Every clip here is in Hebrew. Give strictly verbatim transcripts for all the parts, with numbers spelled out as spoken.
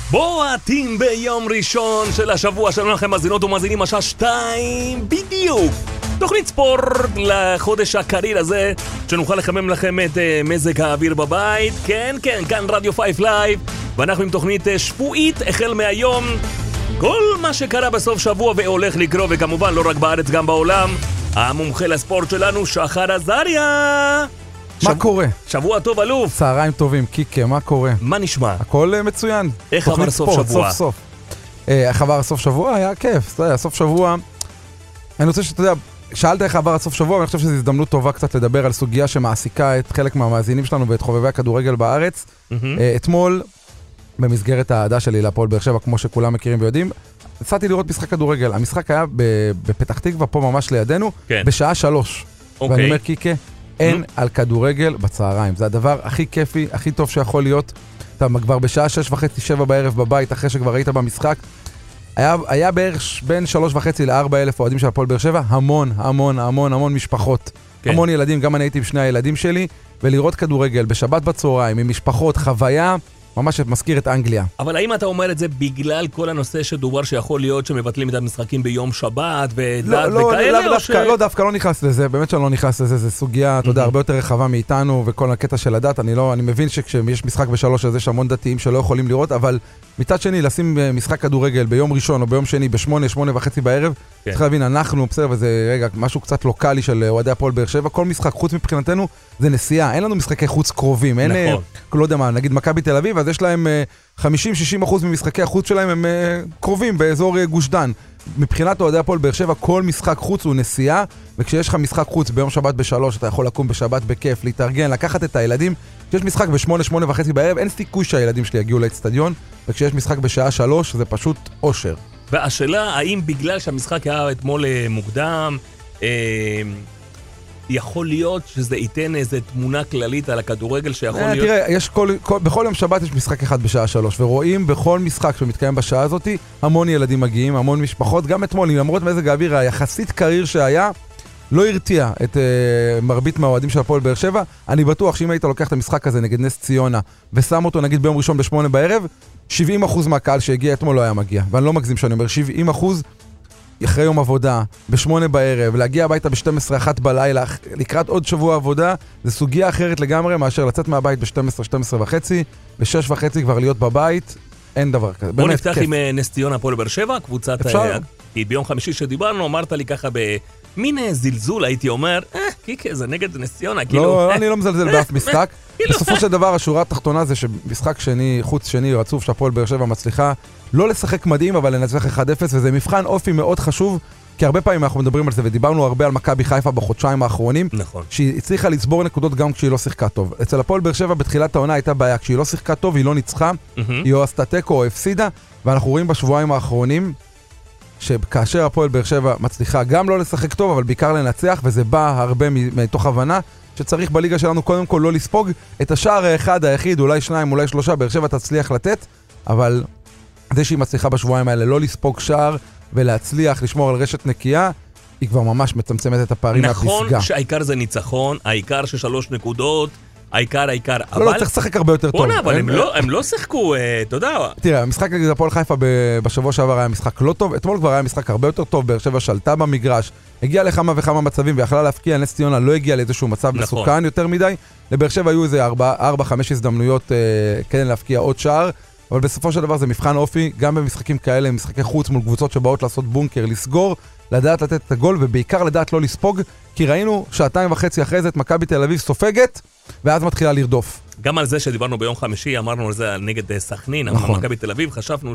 בועטים ביום ראשון של השבוע. שלום לכם מאזינות ומאזינים, השעה שתיים בדיוק. תוכנית ספורט לחודש הקריר הזה, שנוכל לחמם לכם את uh, מזג האוויר בבית. כן, כן, כאן רדיו פייב לייב, ואנחנו עם תוכנית uh, שבועית החל מהיום. כל מה שקרה בסוף שבוע והולך לקרוא, וכמובן לא רק בארץ, גם בעולם. המומחה לספורט שלנו, שחר עזריה. מה קורה? שבוע טוב אלוף. צהריים טובים, קיקה, מה קורה? מה נשמע? הכל מצוין. איך עבר סוף שבוע? סוף סוף. איך עבר סוף שבוע? היה כיף. אתה יודע, סוף שבוע. אני רוצה שאתה יודע, שאלת איך עבר סוף שבוע, ואני חושב שזו הזדמנות טובה קצת לדבר על סוגיה שמעסיקה את חלק מהמאזינים שלנו ואת חובבי הכדורגל בארץ. אתמול, במסגרת העדה שלי להפועל באר שבע, כמו שכולם מכירים ויודעים, נסעתי לראות משחק כדורגל. המשחק היה בפתח תקווה, פה ממש לידינו, בשעה שלוש. ואני אומר, קיקה, אין על כדורגל בצהריים. זה הדבר הכי כיפי, הכי טוב שיכול להיות. אתה כבר בשעה שש וחצי, שבע בערב בבית, אחרי שכבר היית במשחק. היה, היה בערך בין שלוש וחצי לארבע אלף אוהדים של הפועל באר שבע. המון, המון, המון, המון משפחות. כן. המון ילדים, גם אני הייתי עם שני הילדים שלי. ולראות כדורגל בשבת בצהריים, עם משפחות, חוויה, ממש מזכיר את אנגליה. אבל האם אתה אומר את זה בגלל כל הנושא שדובר שיכול להיות שמבטלים את המשחקים ביום שבת ודת לא, וכאלה? לא, לא, ש... לא דווקא, לא נכנס לזה, באמת שאני לא נכנס לזה, זה סוגיה, אתה יודע, הרבה יותר רחבה מאיתנו וכל הקטע של הדת. אני לא, אני מבין שכשיש משחק בשלוש, אז יש המון דתיים שלא יכולים לראות, אבל מצד שני, לשים משחק כדורגל ביום ראשון או ביום שני, בשמונה, שמונה וחצי בערב, כן. צריך להבין, אנחנו, בסדר, וזה רגע, משהו קצת לוקלי של אוהדי הפועל באר שבע, כל משחק חוץ מבחינתנו זה נסיעה, אין לנו משחקי חוץ קרובים, אין, נכון. לא יודע מה, נגיד מכבי תל אביב, אז יש להם חמישים שישים אחוז ממשחקי החוץ שלהם הם קרובים באזור גוש דן. מבחינת אוהדי הפועל באר שבע, כל משחק חוץ הוא נסיעה, וכשיש לך משחק חוץ ביום שבת בשלוש, אתה יכול לקום בשבת בכיף, להתארגן, לקחת את הילדים. כשיש משחק בשמונה, שמונה וחצי בערב, אין סיכוי שהילדים שלי יגיעו לאצטדיון, וכשיש משחק בשעה שלוש, זה פשוט אושר. והשאלה, האם בגלל שהמשחק היה אתמול מוקדם, אה, יכול להיות שזה ייתן איזו תמונה כללית על הכדורגל שיכול להיות... תראה, יש כל, כל, בכל יום שבת יש משחק אחד בשעה שלוש, ורואים בכל משחק שמתקיים בשעה הזאת, המון ילדים מגיעים, המון משפחות, גם אתמול, למרות מזג האוויר היחסית קריר שהיה, לא הרתיע את uh, מרבית מהאוהדים של הפועל באר שבע. אני בטוח שאם היית לוקח את המשחק הזה נגד נס ציונה, ושם אותו נגיד ביום ראשון בשמונה בערב, שבעים אחוז מהקהל שהגיע אתמול לא היה מגיע. ואני לא מגזים שאני אומר, שבעים אחוז אחרי יום עבודה, בשמונה בערב, להגיע הביתה ב-שתים עשרה אחת בלילה, לקראת עוד שבוע עבודה, זה סוגיה אחרת לגמרי מאשר לצאת מהבית ב-שתים עשרה, שתים עשרה וחצי, ב-שש וחצי כבר להיות בבית, אין דבר כזה. בוא נפתח עם נס ציונה הפועל באר שבע, קבוצת... אפשר? ביום חמישי שדיברנו, אמרת לי ככה במין זלזול, הייתי אומר, אה, קיקה, זה נגד נס ציונה, כאילו... לא, אני לא מזלזל באף משחק. בסופו של דבר, השורה התחתונה זה שמשחק שני, חוץ שני, רצוף, שהפועל באר שבע מצליחה לא לשחק מדהים, אבל לנצח אחד אפס, וזה מבחן אופי מאוד חשוב, כי הרבה פעמים אנחנו מדברים על זה, ודיברנו הרבה על מכבי חיפה בחודשיים האחרונים, נכון. שהיא הצליחה לצבור נקודות גם כשהיא לא שיחקה טוב. אצל הפועל באר שבע בתחילת העונה הייתה בעיה, כשהיא לא שיחקה טוב, היא לא ניצחה, היא או עשתה תיקו או הפסידה, ואנחנו רואים בשבועיים האחרונים, שכאשר הפועל באר שבע מצליחה גם לא לשחק טוב, אבל בעיקר לנצח, וזה בא הרבה מתוך הבנה, שצריך בליגה שלנו קודם כל לא לספוג את השער האחד, היחיד, אולי שניים, אולי שלושה, באר שבע תצליח לתת, אבל זה שהיא מצליחה בשבועיים האלה לא לספוג שער ולהצליח לשמור על רשת נקייה, היא כבר ממש מצמצמת את הפערים מהפסגה. נכון שהעיקר זה ניצחון, העיקר ששלוש נקודות, העיקר, העיקר, לא, אבל... לא, צריך לשחק הרבה יותר טוב. בונה, אבל הם, הם, לא, הם לא שיחקו, אתה יודע. תראה, המשחק נגד הפועל חיפה בשבוע שעבר היה משחק לא טוב, אתמול כבר היה משחק הרבה יותר טוב, באר שבע שלטה במגרש, הגיע לכמה וכמה מצבים ויכלה להפקיע, נס ציונה לא הגיע לאיזשהו מצב נכון. מסוכן יותר מדי, לבאר שבע היו איזה ארבע חמש הזדמנויות אה, כן להפקיע עוד שער, אבל בסופו של דבר זה מבחן אופי, גם במשחקים כאלה, משחקי חוץ מול קבוצות שבאות לעשות בונקר, לסגור, לדעת לתת את הגול, ובעיקר לדעת לא לספוג, כי ראינו שעתיים וחצי אחרי זה את מכבי תל אביב סופגת, ואז מתחילה לרדוף. גם על זה שדיברנו ביום חמישי, אמרנו על זה נגד סכנין, נכון. מכבי תל אביב, חשבנו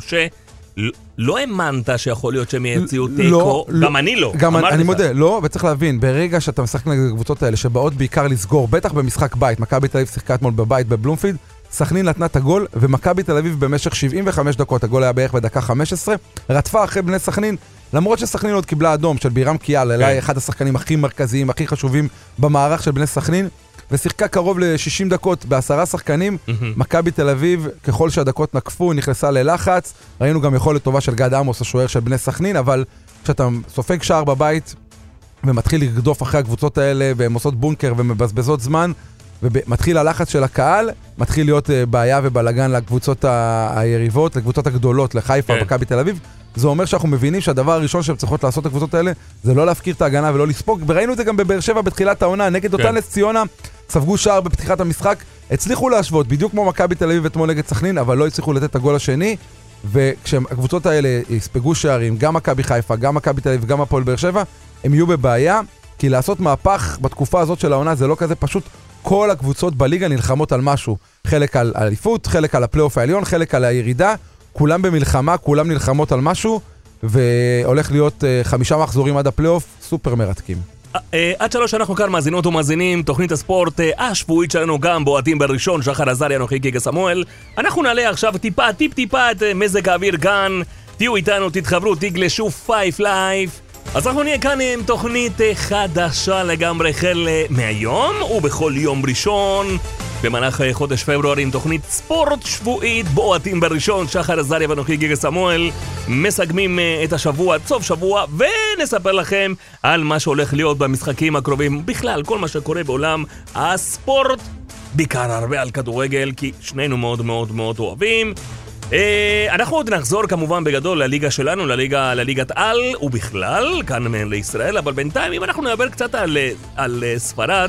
שלא האמנת שיכול להיות שהם יציאו תיקו, גם אני לא. גם אני מודה, לא, וצריך להבין, ברגע שאתה משחק נגד הקבוצות האלה, שבאות בעיקר לסגור, בטח במשחק בית, מכבי תל אביב שיחקה אתמול בבית בבלומפילד, סכנין נתנה את הגול, ומכבי תל אביב במשך שבעים וחמש דקות, הגול היה בערך בדקה חמש עשרה, רדפה אחרי בני סכנין, למרות שסכנין עוד קיבלה אדום של בירם קיאל, אליי אחד השחקנים הכי מרכזיים, הכי חשובים במערך של בני סכנין, ושיחקה קרוב ל-שישים דקות בעשרה שחקנים, מכבי תל אביב, ככל שהדקות נקפו, נכנסה ללחץ, ראינו גם יכולת טובה של גד עמוס, השוער של בני סכנין, אבל כשאתה סופג שער בבית, ומתחיל לרדוף אחרי הקבוצות האלה, והן עושות בונקר ומבזבזות זמן, ומתחיל הלחץ של הקהל, מתחיל להיות בעיה ובלגן לקבוצות היריבות, לקבוצות הגדולות, לחיפה, מכבי תל אביב. זה אומר שאנחנו מבינים שהדבר הראשון שהן צריכות לעשות הקבוצות האלה, זה לא להפקיר את ההגנה ולא לספוג, וראינו את זה גם בבאר שבע בתחילת העונה, נגד אותה נס ציונה, ספגו שער בפתיחת המשחק, הצליחו להשוות, בדיוק כמו מכבי תל אביב אתמול נגד סכנין, אבל לא הצליחו לתת את הגול השני, וכשהקבוצות האלה יספגו שערים, גם מכבי חיפה, גם מכבי תל אביב, גם הפועל באר שבע, הם יהיו בבעיה, כי לעשות מהפך בתקופה הזאת של העונה זה לא כזה פשוט, כל הקבוצות בליגה נלחמות על משהו, חלק על אליפות, חלק על הפלייאוף העליון, חלק על הירידה, כולם במלחמה, כולם נלחמות על משהו, והולך להיות חמישה מחזורים עד הפלייאוף, סופר מרתקים. עד שלוש אנחנו כאן מאזינות ומאזינים, תוכנית הספורט השבועית שלנו גם בועטים בראשון, שחר עזריה, אנוכי גיגה סמואל. אנחנו נעלה עכשיו טיפה, טיפ טיפה את מזג האוויר כאן, תהיו איתנו, תתחברו, תגלשו פייב לייב. אז אנחנו נהיה כאן עם תוכנית חדשה לגמרי החל מהיום ובכל יום ראשון במהלך חודש פברואר עם תוכנית ספורט שבועית בועטים בראשון, שחר עזריה ואנוכי גיגה סמואל מסגמים את השבוע, סוף שבוע, ונספר לכם על מה שהולך להיות במשחקים הקרובים, בכלל כל מה שקורה בעולם הספורט, בעיקר הרבה על כדורגל כי שנינו מאוד מאוד מאוד אוהבים. אנחנו עוד נחזור כמובן בגדול לליגה שלנו, לליגה, לליגת על ובכלל כאן לישראל, אבל בינתיים אם אנחנו נדבר קצת על, על ספרד,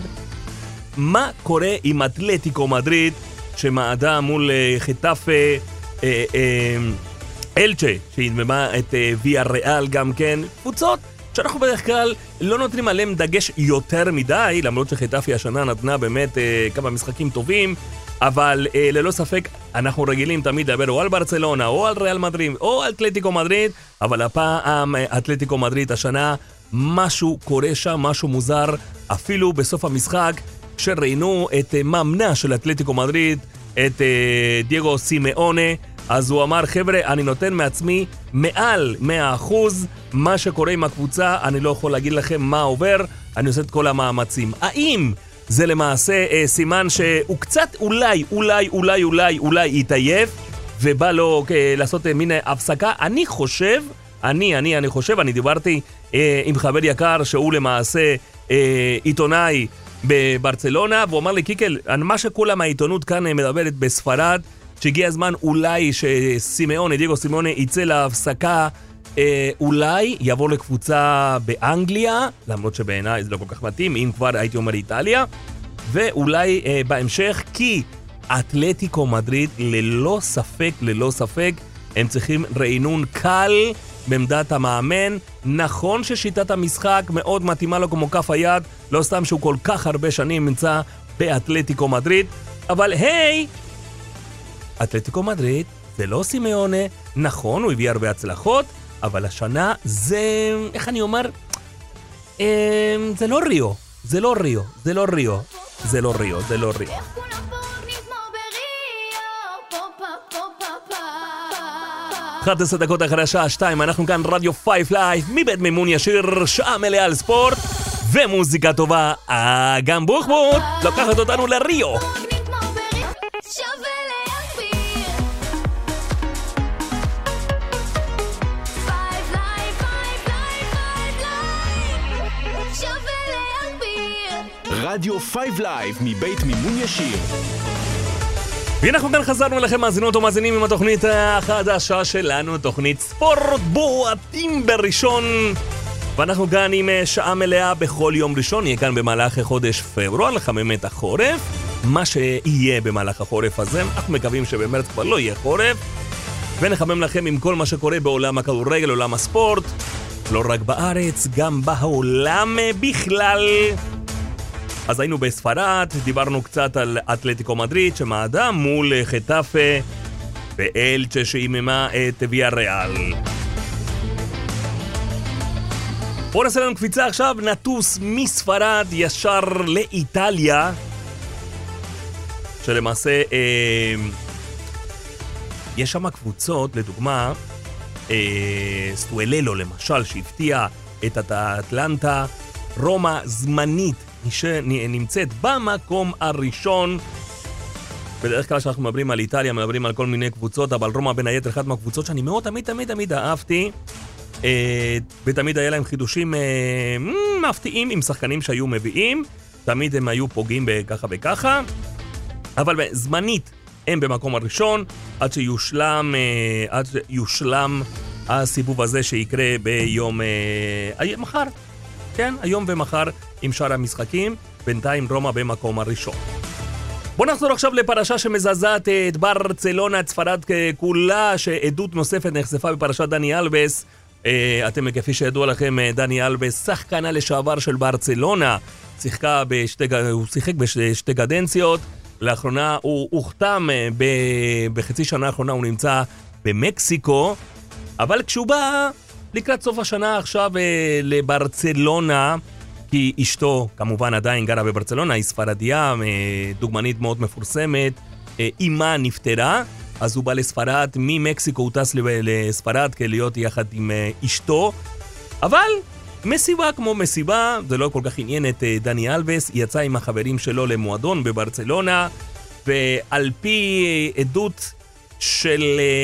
מה קורה עם אתלטיקו מדריד שמעדה מול חטאפה, אה, אה, אלצ'ה שהדממה את אה, ויה ריאל גם כן, קבוצות שאנחנו בדרך כלל לא נותנים עליהם דגש יותר מדי, למרות שחטאפה השנה נתנה באמת אה, כמה משחקים טובים, אבל אה, ללא ספק אנחנו רגילים תמיד לדבר או על ברצלונה או על ריאל מדריד או על אתלטיקו מדריד, אבל הפעם אתלטיקו מדריד השנה משהו קורה שם, משהו מוזר, אפילו בסוף המשחק שראינו את מאמנה של אתלטיקו מדריד, את דייגו סימאונה, אז הוא אמר, חבר'ה, אני נותן מעצמי מעל מאה אחוז, מה שקורה עם הקבוצה, אני לא יכול להגיד לכם מה עובר, אני עושה את כל המאמצים. האם זה למעשה אה, סימן שהוא קצת אולי, אולי, אולי, אולי, אולי יתעייף, ובא לו אה, לעשות אה, מין הפסקה? אני חושב, אני, אני, אני חושב, אני דיברתי אה, עם חבר יקר שהוא למעשה אה, עיתונאי, בברצלונה, והוא אמר לי, קיקל, מה שכולם העיתונות כאן מדברת בספרד, שהגיע הזמן אולי שסימאונה, דייגו סימאונה, יצא להפסקה, אה, אולי יעבור לקבוצה באנגליה, למרות שבעיניי זה לא כל כך מתאים, אם כבר הייתי אומר איטליה, ואולי אה, בהמשך, כי אתלטיקו מדריד ללא ספק, ללא ספק, הם צריכים רעינון קל בעמדת המאמן. נכון ששיטת המשחק מאוד מתאימה לו כמו כף היד, לא סתם שהוא כל כך הרבה שנים נמצא באתלטיקו מדריד, אבל היי, אתלטיקו מדריד זה לא סימאונה, נכון, הוא הביא הרבה הצלחות, אבל השנה זה, איך אני אומר, אה, זה לא ריו, זה לא ריו, זה לא ריו, זה לא ריו, זה לא ריו. אחת עשרה דקות אחרי השעה שתיים, אנחנו כאן רדיו פייב לייב, מבית מימון ישיר, שעה מלאה על ספורט ומוזיקה טובה. אגם בוחבוט לוקחת אותנו לריו. רדיו פייב לייב מבית מימון ישיר. ואנחנו כאן חזרנו לכם מאזינות ומאזינים עם התוכנית החדשה שלנו, תוכנית ספורט בועטים בראשון, ואנחנו כאן עם שעה מלאה בכל יום ראשון, נהיה כאן במהלך חודש פברואר לחמם את החורף, מה שיהיה במהלך החורף הזה, אנחנו מקווים שבמרץ כבר לא יהיה חורף, ונחמם לכם עם כל מה שקורה בעולם הכדורגל, עולם הספורט, לא רק בארץ, גם בעולם בכלל. אז היינו בספרד, דיברנו קצת על אתלטיקו מדריד שמעדה מול חטאפה ואלצ'ה שאיממה את ויה ריאל. בואו נעשה לנו קפיצה עכשיו, נטוס מספרד ישר לאיטליה, שלמעשה אה, יש שם קבוצות, לדוגמה אה, סטואללו למשל שהפתיע את האטלנטה, רומא זמנית שנמצאת במקום הראשון. בדרך כלל שאנחנו מדברים על איטליה, מדברים על כל מיני קבוצות, אבל רומא בין היתר אחת מהקבוצות שאני מאוד תמיד תמיד תמיד אהבתי, ותמיד היה להם חידושים מפתיעים עם שחקנים שהיו מביאים, תמיד הם היו פוגעים בככה וככה, אבל זמנית הם במקום הראשון, עד שיושלם, עד שיושלם הסיבוב הזה שיקרה ביום, מחר, כן, היום ומחר עם שאר המשחקים, בינתיים רומא במקום הראשון. בוא נחזור עכשיו לפרשה שמזעזעת את ברצלונה, את ספרד כולה, שעדות נוספת נחשפה בפרשת דני אלבס. אתם כפי שידוע לכם, דני אלבס, שחקנה לשעבר של ברצלונה, שיחקה בשתי, הוא שיחק בשתי קדנציות, לאחרונה הוא הוחתם, בחצי שנה האחרונה הוא נמצא במקסיקו, אבל כשהוא בא לקראת סוף השנה עכשיו לברצלונה, כי אשתו כמובן עדיין גרה בברצלונה, היא ספרדיה, דוגמנית מאוד מפורסמת, אימה נפטרה, אז הוא בא לספרד, ממקסיקו הוא טס לספרד כדי להיות יחד עם אשתו, אבל מסיבה כמו מסיבה, זה לא כל כך עניין את דני אלבס, יצא עם החברים שלו למועדון בברצלונה, ועל פי עדות של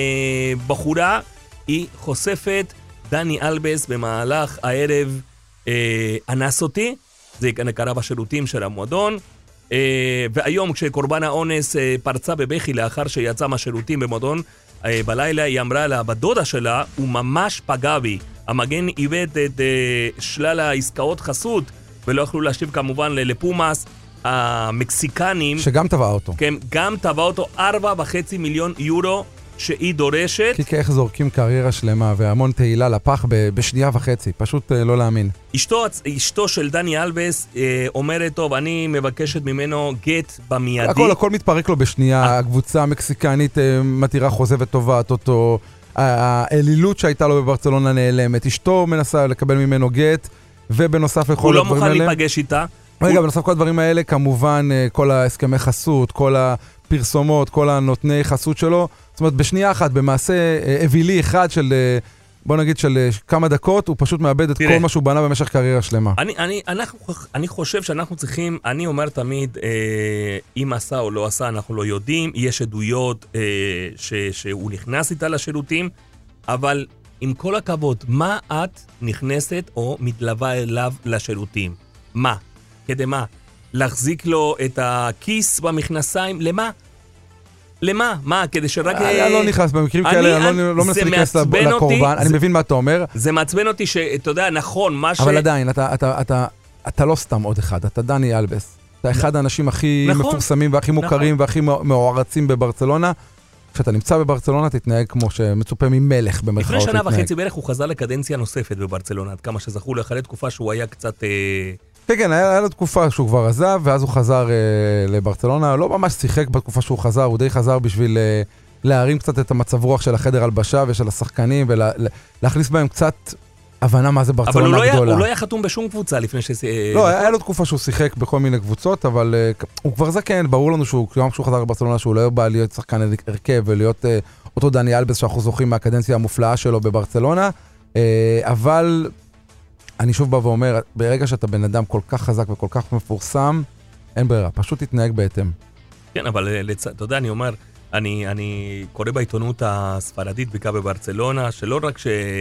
בחורה, היא חושפת, דני אלבס במהלך הערב אה, אנס אותי, זה קרה בשירותים של המועדון, אה, והיום כשקורבן האונס אה, פרצה בבכי לאחר שיצא מהשירותים במועדון, אה, בלילה היא אמרה לה, בדודה שלה, הוא ממש פגע בי, המגן איבד את אה, שלל העסקאות חסות, ולא יכלו להשיב כמובן לפומאס, המקסיקנים, שגם טבע אותו. כן, גם טבע אותו ארבע וחצי מיליון יורו, שהיא דורשת. כי איך זורקים קריירה שלמה והמון תהילה לפח בשנייה וחצי, פשוט לא להאמין. אשתו, אשתו של דני אלבס אה, אומרת, טוב, אני מבקשת ממנו גט במיידי. הכל, הכל מתפרק לו בשנייה, הקבוצה המקסיקנית אה, מתירה חוזה וטובעת אותו, האלילות שהייתה לו בברצלונה נעלמת, אשתו מנסה לקבל ממנו גט, ובנוסף לכל הדברים האלה... הוא לא מוכן להיפגש איתה. רגע, הוא... בנוסף כל הדברים האלה, כמובן כל ההסכמי חסות, כל הפרסומות, כל הנותני חסות שלו, זאת אומרת, בשנייה אחת, במעשה אווילי אחד של, בוא נגיד, של כמה דקות, הוא פשוט מאבד את כל מה שהוא בנה במשך קריירה שלמה. אני, אני, אנחנו, אני חושב שאנחנו צריכים, אני אומר תמיד, אה, אם עשה או לא עשה, אנחנו לא יודעים, יש עדויות אה, ש, שהוא נכנס איתה לשירותים, אבל עם כל הכבוד, מה את נכנסת או מתלווה אליו לשירותים? מה? כדי מה? להחזיק לו את הכיס במכנסיים? למה? למה? מה? כדי שרק... אני לא נכנס במקרים כאלה, אני לא מנסה להיכנס לקורבן, אני מבין מה אתה אומר. זה מעצבן אותי שאתה יודע, נכון, מה ש... אבל עדיין, אתה לא סתם עוד אחד, אתה דני אלבס. אתה אחד האנשים הכי מפורסמים והכי מוכרים והכי מעורצים בברצלונה. כשאתה נמצא בברצלונה, תתנהג כמו שמצופה ממלך במרכאות. לפני שנה וחצי בערך הוא חזר לקדנציה נוספת בברצלונה, עד כמה שזכו לאחרי תקופה שהוא היה קצת... כן, כן, היה, היה לו תקופה שהוא כבר עזב, ואז הוא חזר אה, לברצלונה, לא ממש שיחק בתקופה שהוא חזר, הוא די חזר בשביל אה, להרים קצת את המצב רוח של החדר הלבשה ושל השחקנים, ולהכניס ולה, בהם קצת הבנה מה זה ברצלונה אבל הוא גדולה. אבל הוא לא היה חתום בשום קבוצה לפני ש... לא, היה, היה לו תקופה שהוא שיחק בכל מיני קבוצות, אבל אה, הוא כבר זקן, ברור לנו שהוא, כשהוא חזר לברצלונה, שהוא לא בא להיות שחקן הרכב, ולהיות אה, אותו דני אלבס שאנחנו זוכרים מהקדנציה המופלאה שלו בברצלונה, אה, אבל... אני שוב בא ואומר, ברגע שאתה בן אדם כל כך חזק וכל כך מפורסם, אין ברירה, פשוט תתנהג בהתאם. כן, אבל לצ... אתה יודע, אני אומר, אני, אני קורא בעיתונות הספרדית, בעיקר בברצלונה, שלא רק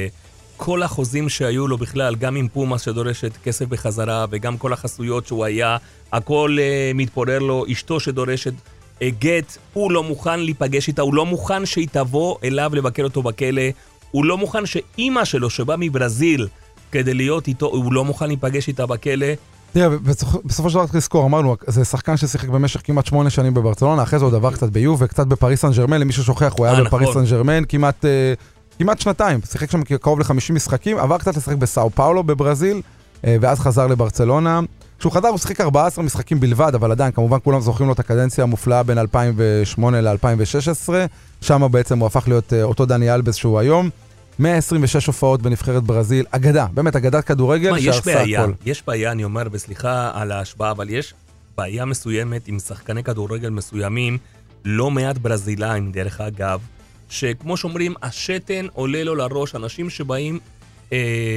שכל החוזים שהיו לו בכלל, גם עם פומאס שדורשת כסף בחזרה, וגם כל החסויות שהוא היה, הכל uh, מתפורר לו, אשתו שדורשת uh, גט, הוא לא מוכן להיפגש איתה, הוא לא מוכן שהיא תבוא אליו לבקר אותו בכלא, הוא לא מוכן שאימא שלו שבא מברזיל, כדי להיות איתו, הוא לא מוכן להיפגש איתה בכלא. תראה, בסופו של דבר תזכור, אמרנו, זה שחקן ששיחק במשך כמעט שמונה שנים בברצלונה, אחרי זה עוד עבר קצת ביוב וקצת בפריס סן ז'רמן, למי ששוכח, הוא היה בפריס סן ז'רמן כמעט, כמעט שנתיים, שיחק שם קרוב ל-חמישים משחקים, עבר קצת לשחק בסאו פאולו בברזיל, ואז חזר לברצלונה. כשהוא חזר הוא שיחק ארבעה עשר משחקים בלבד, אבל עדיין, כמובן כולם זוכרים לו את הקדנציה המופלאה בין אלפיים ושמונה ל-אלפיים ושש עשרה, שם בעצם הוא הפך להיות אותו דני אלבס שהוא היום. מאה עשרים ושש הופעות בנבחרת ברזיל, אגדה, באמת אגדת כדורגל שעשה הכל. יש בעיה, אני אומר, בסליחה על ההשפעה, אבל יש בעיה מסוימת עם שחקני כדורגל מסוימים, לא מעט ברזילאים, דרך אגב, שכמו שאומרים, השתן עולה לו לראש, אנשים שבאים אה,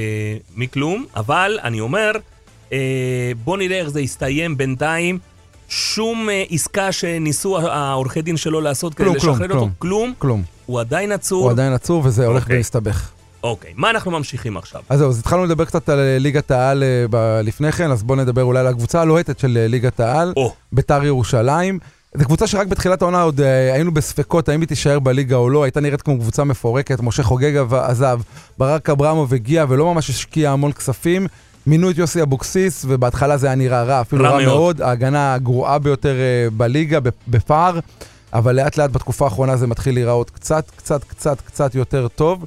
מכלום, אבל אני אומר, אה, בוא נראה איך זה יסתיים בינתיים, שום אה, עסקה שניסו העורכי דין שלו לעשות כדי לשחרר אותו, כלום, כלום. הוא עדיין עצור. הוא עדיין עצור וזה הולך ומסתבך. אוקיי, מה אנחנו ממשיכים עכשיו? אז זהו, אז התחלנו לדבר קצת על ליגת העל לפני כן, אז בואו נדבר אולי על הקבוצה הלוהטת של ליגת העל, בית"ר ירושלים. זו קבוצה שרק בתחילת העונה עוד היינו בספקות, האם היא תישאר בליגה או לא, הייתה נראית כמו קבוצה מפורקת, משה חוגג עזב, ברק אברמוב הגיע ולא ממש השקיע המון כספים, מינו את יוסי אבוקסיס, ובהתחלה זה היה נראה רע, אפילו רע, רע מאוד. מאוד, ההגנה הגרועה ביותר בליגה, בפער, אבל לאט לאט בתקופה האחרונה זה מתחיל להיראות קצת, קצת, קצת, קצת יותר טוב,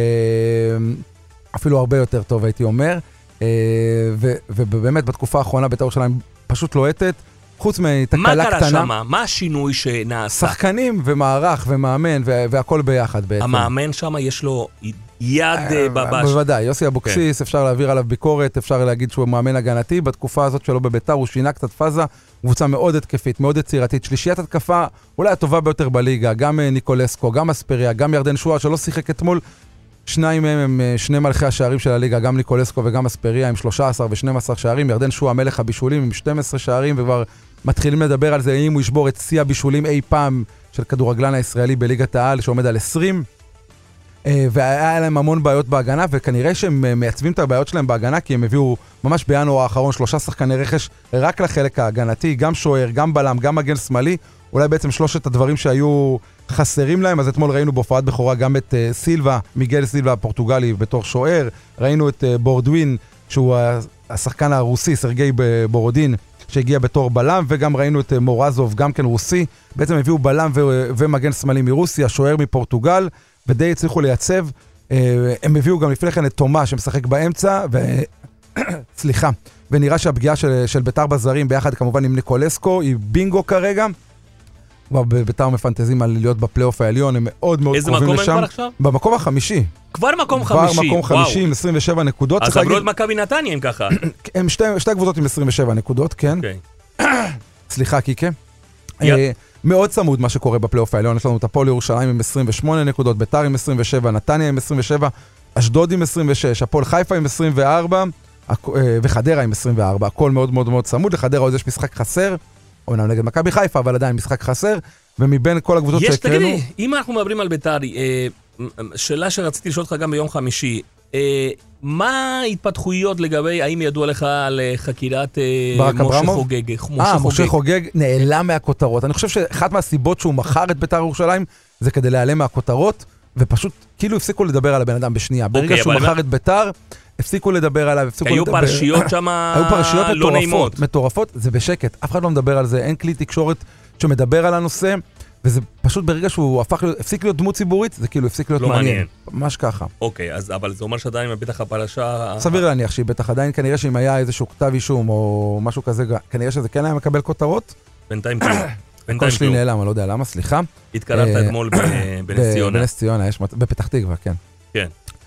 אפילו הרבה יותר טוב הייתי אומר, ובאמת בתקופה האחרונה בית"ר ירושלים פשוט לוהטת, חוץ מתקלה קטנה. מה קרה שמה? מה השינוי שנעשה? שחקנים ומערך ומאמן והכל ביחד בעצם. המאמן שמה יש לו יד בבש. בוודאי, יוסי אבוקסיס, אפשר להעביר עליו ביקורת, אפשר להגיד שהוא מאמן הגנתי, בתקופה הזאת שלו בבית"ר הוא שינה קצת פאזה, קבוצה מאוד התקפית, מאוד יצירתית, שלישיית התקפה אולי הטובה ביותר בליגה, גם ניקולסקו, גם אספריה, גם ירדן שועה שלא שיחק אתמול, שניים מהם הם שני מלכי השערים של הליגה, גם ניקולסקו וגם אספריה עם שלושה עשר ו-שנים עשר שערים, ירדן שועה מלך הבישולים עם שנים עשר שערים, וכבר מתחילים לדבר על זה, אם הוא ישבור את שיא הבישולים אי פעם של כדורגלן הישראלי בליגת העל, שעומד על עשרים, והיה להם המון בעיות בהגנה, וכנראה שהם מייצבים את הבעיות שלהם בהגנה, כי הם הביאו ממש בינואר האחרון שלושה שחקני רכש רק לחלק ההגנתי, גם שוער, גם בלם, גם מגן שמאלי, אולי בעצם שלושת הדברים שהיו חסרים להם, אז אתמול ראינו בהופעת בכורה גם את uh, סילבה, מיגל סילבה הפורטוגלי בתור שוער, ראינו את uh, בורדווין, שהוא השחקן הרוסי, סרגי בורודין, שהגיע בתור בלם, וגם ראינו את uh, מורזוב, גם כן רוסי, בעצם הביאו בלם ו- ומגן שמאלי מרוסיה, שוער מפורטוגל, ודי הצליחו לייצב, uh, הם הביאו גם לפני כן את תומה, שמשחק באמצע, ו... סליחה, ונראה שהפגיעה של, של בית"ר בזרים, ביחד כמובן עם ניקולסקו, היא בינגו כרגע, בית"ר מפנטזים על להיות בפלייאוף העליון, הם מאוד מאוד קרובים לשם. איזה מקום הם כבר עכשיו? במקום החמישי. כבר מקום חמישי. כבר מקום חמישי עם עשרים ושבע נקודות. אז עברו את מכבי נתניה הם ככה. הם שתי, שתי קבוצות עם עשרים ושבע נקודות, כן. סליחה, קיקה. מאוד צמוד מה שקורה בפלייאוף העליון, יש לנו את הפועל ירושלים עם עשרים ושמונה נקודות, בית"ר עם עשרים ושבע, נתניה עם עשרים ושבע, אשדוד עם עשרים ושש, הפועל חיפה עם עשרים וארבע, וחדרה עם עשרים וארבע. הכל מאוד מאוד מאוד צמוד. לחדרה עוד יש משחק חסר, אומנם נגד מכבי חיפה, אבל עדיין משחק חסר, ומבין כל הקבוצות שהקראנו... יש, תגידי, אם אנחנו מדברים על בית"ר, שאלה שרציתי לשאול אותך גם ביום חמישי, מה ההתפתחויות לגבי, האם ידוע לך על חקירת משה חוגג? אה, משה חוגג נעלם מהכותרות. אני חושב שאחת מהסיבות שהוא מכר את בית"ר ירושלים, זה כדי להיעלם מהכותרות, ופשוט כאילו הפסיקו לדבר על הבן אדם בשנייה. ברגע שהוא מכר את בית"ר, הפסיקו לדבר עליו, הפסיקו היו לדבר... פרשיות שם היו פרשיות לא מטורפות, נעימות. מטורפות, זה בשקט, אף אחד לא מדבר על זה, אין כלי תקשורת שמדבר על הנושא, וזה פשוט ברגע שהוא הפך להיות, הפסיק להיות דמות ציבורית, זה כאילו הפסיק להיות לא מעניין. מעניין. ממש ככה. אוקיי, אז, אבל זה אומר שעדיין בטח הפרשה... סביר להניח שהיא בטח עדיין, כנראה שאם היה איזשהו כתב אישום או משהו כזה, כנראה שזה כן היה מקבל כותרות. בינתיים כלום. הכל שלי נעלם, אני לא יודע למה, סליחה. התקרבת אתמול בנס ציונה. בנס ציונה, בפתח תקווה, כן. כן.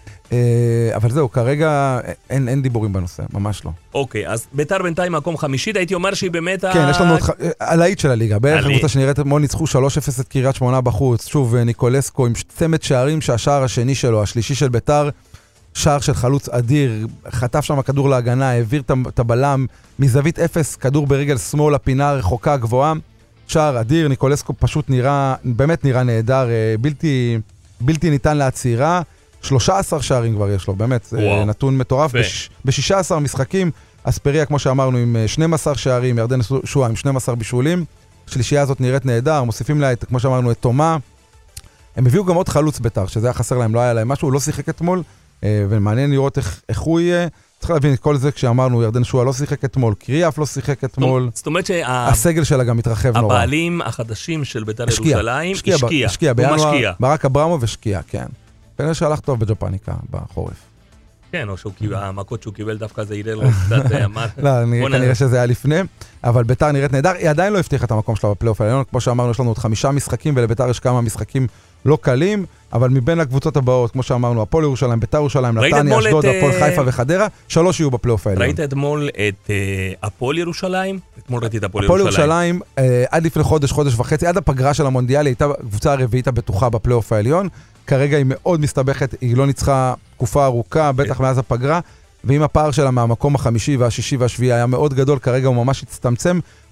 אבל זהו, כרגע אין, אין דיבורים בנושא, ממש לא. אוקיי, אז בית"ר בינתיים מקום חמישית, הייתי אומר שהיא באמת... כן, יש לנו עוד הלהיט של הליגה, בערך הקבוצה שנראית אתמול ניצחו שלוש אפס את קריית שמונה בחוץ, שוב ניקולסקו עם צמד שערים שהשער השני שלו, השלישי של בית"ר, שער של חלוץ אדיר, חטף שם הכדור להגנה, העביר את הבלם, מזווית אפס, כדור ברגל שמאל, הפינה הרחוקה הגבוהה, שער אדיר, ניקולסקו פשוט נראה, באמת נראה נהדר, בלתי, בלתי ניתן להצירה, שלושה עשר שערים כבר יש לו, באמת, וואו. נתון מטורף, בש, ב-שישה עשר משחקים, אספריה, כמו שאמרנו, עם שנים עשר שערים, ירדן שועה עם שנים עשר בישולים, השלישייה הזאת נראית נהדר, מוסיפים לה, את, כמו שאמרנו, את תומה, הם הביאו גם עוד חלוץ בית"ר, שזה היה חסר להם, לא היה להם משהו, הוא לא שיחק אתמול, ומעניין לראות איך, איך הוא יהיה, צריך להבין את כל זה כשאמרנו, ירדן שועה לא שיחק אתמול, קריאף לא שיחק אתמול, זאת אומרת הסגל שלה גם מתרחב נורא. הבעלים החדשים של בית"ר ירושלים, השקיע, השקיע, השקיע, בינואר, ברק אברמוב השקיע, כן. כנראה שהלך טוב בג'פניקה בחורף. כן, או שהמכות שהוא קיבל דווקא זה יראה לו קצת אמר. לא, כנראה שזה היה לפני, אבל בית"ר נראית נהדר, היא עדיין לא הבטיחה את המקום שלה בפלייאוף העליון, כמו שאמרנו, יש לנו עוד חמישה משחקים, ולבית"ר יש כמה משחקים לא קלים, אבל מבין הקבוצות הבאות, כמו שאמרנו, הפועל ירושלים, בית"ר ירושלים, נתניה, אשדוד, הפועל חיפה וחדרה, שלוש יהיו בפלייאוף העליון. ראית אתמול את הפועל ירושלים? אתמול ראיתי את הפועל ירושלים. הפועל ירושלים, עד לפני חודש, חודש וחצי, עד הפגרה של המונדיאל, הייתה קבוצה הרביעית הבטוחה בפלייאוף העליון. כרגע היא מאוד מסתבכת, היא לא ניצחה תקופה ארוכה, בטח מאז הפגרה, ואם הפער שלה מהמקום החמישי והשישי והשביעי היה מאוד גדול, כרגע הוא ממש הצטמצם,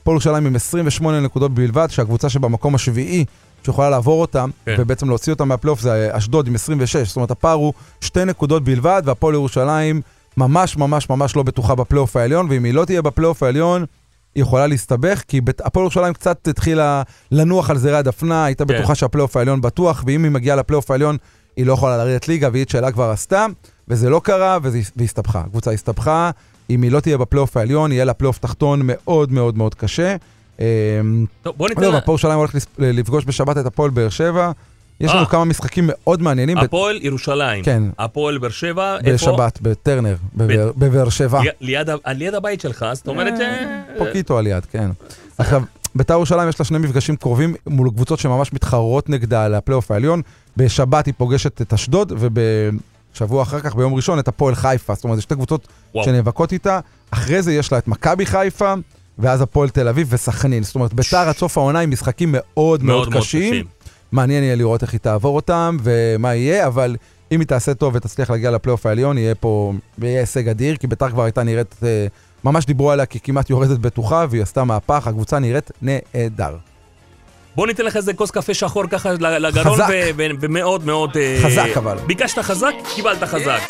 הפועל ירושלים עם עשרים ושמונה נקודות בלבד, שהקבוצה שבמקום השביעי, שיכולה לעבור אותם, כן. ובעצם להוציא אותם מהפלייאוף, זה אשדוד עם עשרים ושש, זאת אומרת, הפער הוא שתי נקודות בלבד, והפועל ירושלים ממש ממש ממש לא בטוחה בפלייאוף העליון, ואם היא לא תהיה בפלייאוף העליון, היא יכולה להסתבך, כי הפועל ירושלים קצת התחילה לנוח על זרי הדפנה, הייתה כן. בטוחה שהפלייאוף העליון בטוח, ואם היא מגיעה לפלייאוף העליון, היא לא יכולה לרדת ליגה, והיא את שאלה כבר עשתה, וזה לא קרה, והיא הסתבכה. הקבוצה הסתבכה, אם היא לא תהיה בפלייאוף העליון, יהיה לה פלייאוף תחתון מאוד מאוד מאוד קשה. טוב, בוא ניתן... לא, הפועל ירושלים הולך לפגוש בשבת את הפועל באר שבע. יש לנו כמה משחקים מאוד מעניינים. הפועל ירושלים. כן. הפועל באר שבע. איפה? בשבת, בטרנר, בבאר שבע. ליד הבית שלך, זאת אומרת ש... פוקיטו על יד, כן. עכשיו, בית"ר ירושלים יש לה שני מפגשים קרובים מול קבוצות שממש מתחרות נגדה על הפלייאוף העליון. בשבת היא פוגשת את אשדוד, ובשבוע אחר כך, ביום ראשון, את הפועל חיפה. זאת אומרת, זה שתי קבוצות שנאבקות איתה. אחרי זה יש לה את מכבי חיפה, ואז הפועל תל אביב וסכנין. זאת אומרת, בית"ר עד סוף העונה עם משחקים מאוד מאוד קשים. מעניין יהיה לראות איך היא תעבור אותם ומה יהיה, אבל אם היא תעשה טוב ותצליח להגיע לפלייאוף העליון, יהיה פה, יהיה הישג אדיר, כי בית"ר כבר הייתה נראית, ממש דיברו עליה, כי כמעט יורדת בטוחה, והיא עשתה מהפך, הקבוצה נראית נהדר. בוא ניתן לך איזה כוס קפה שחור ככה לגרון, ומאוד מאוד... חזק אבל. ביקשת חזק, קיבלת חזק.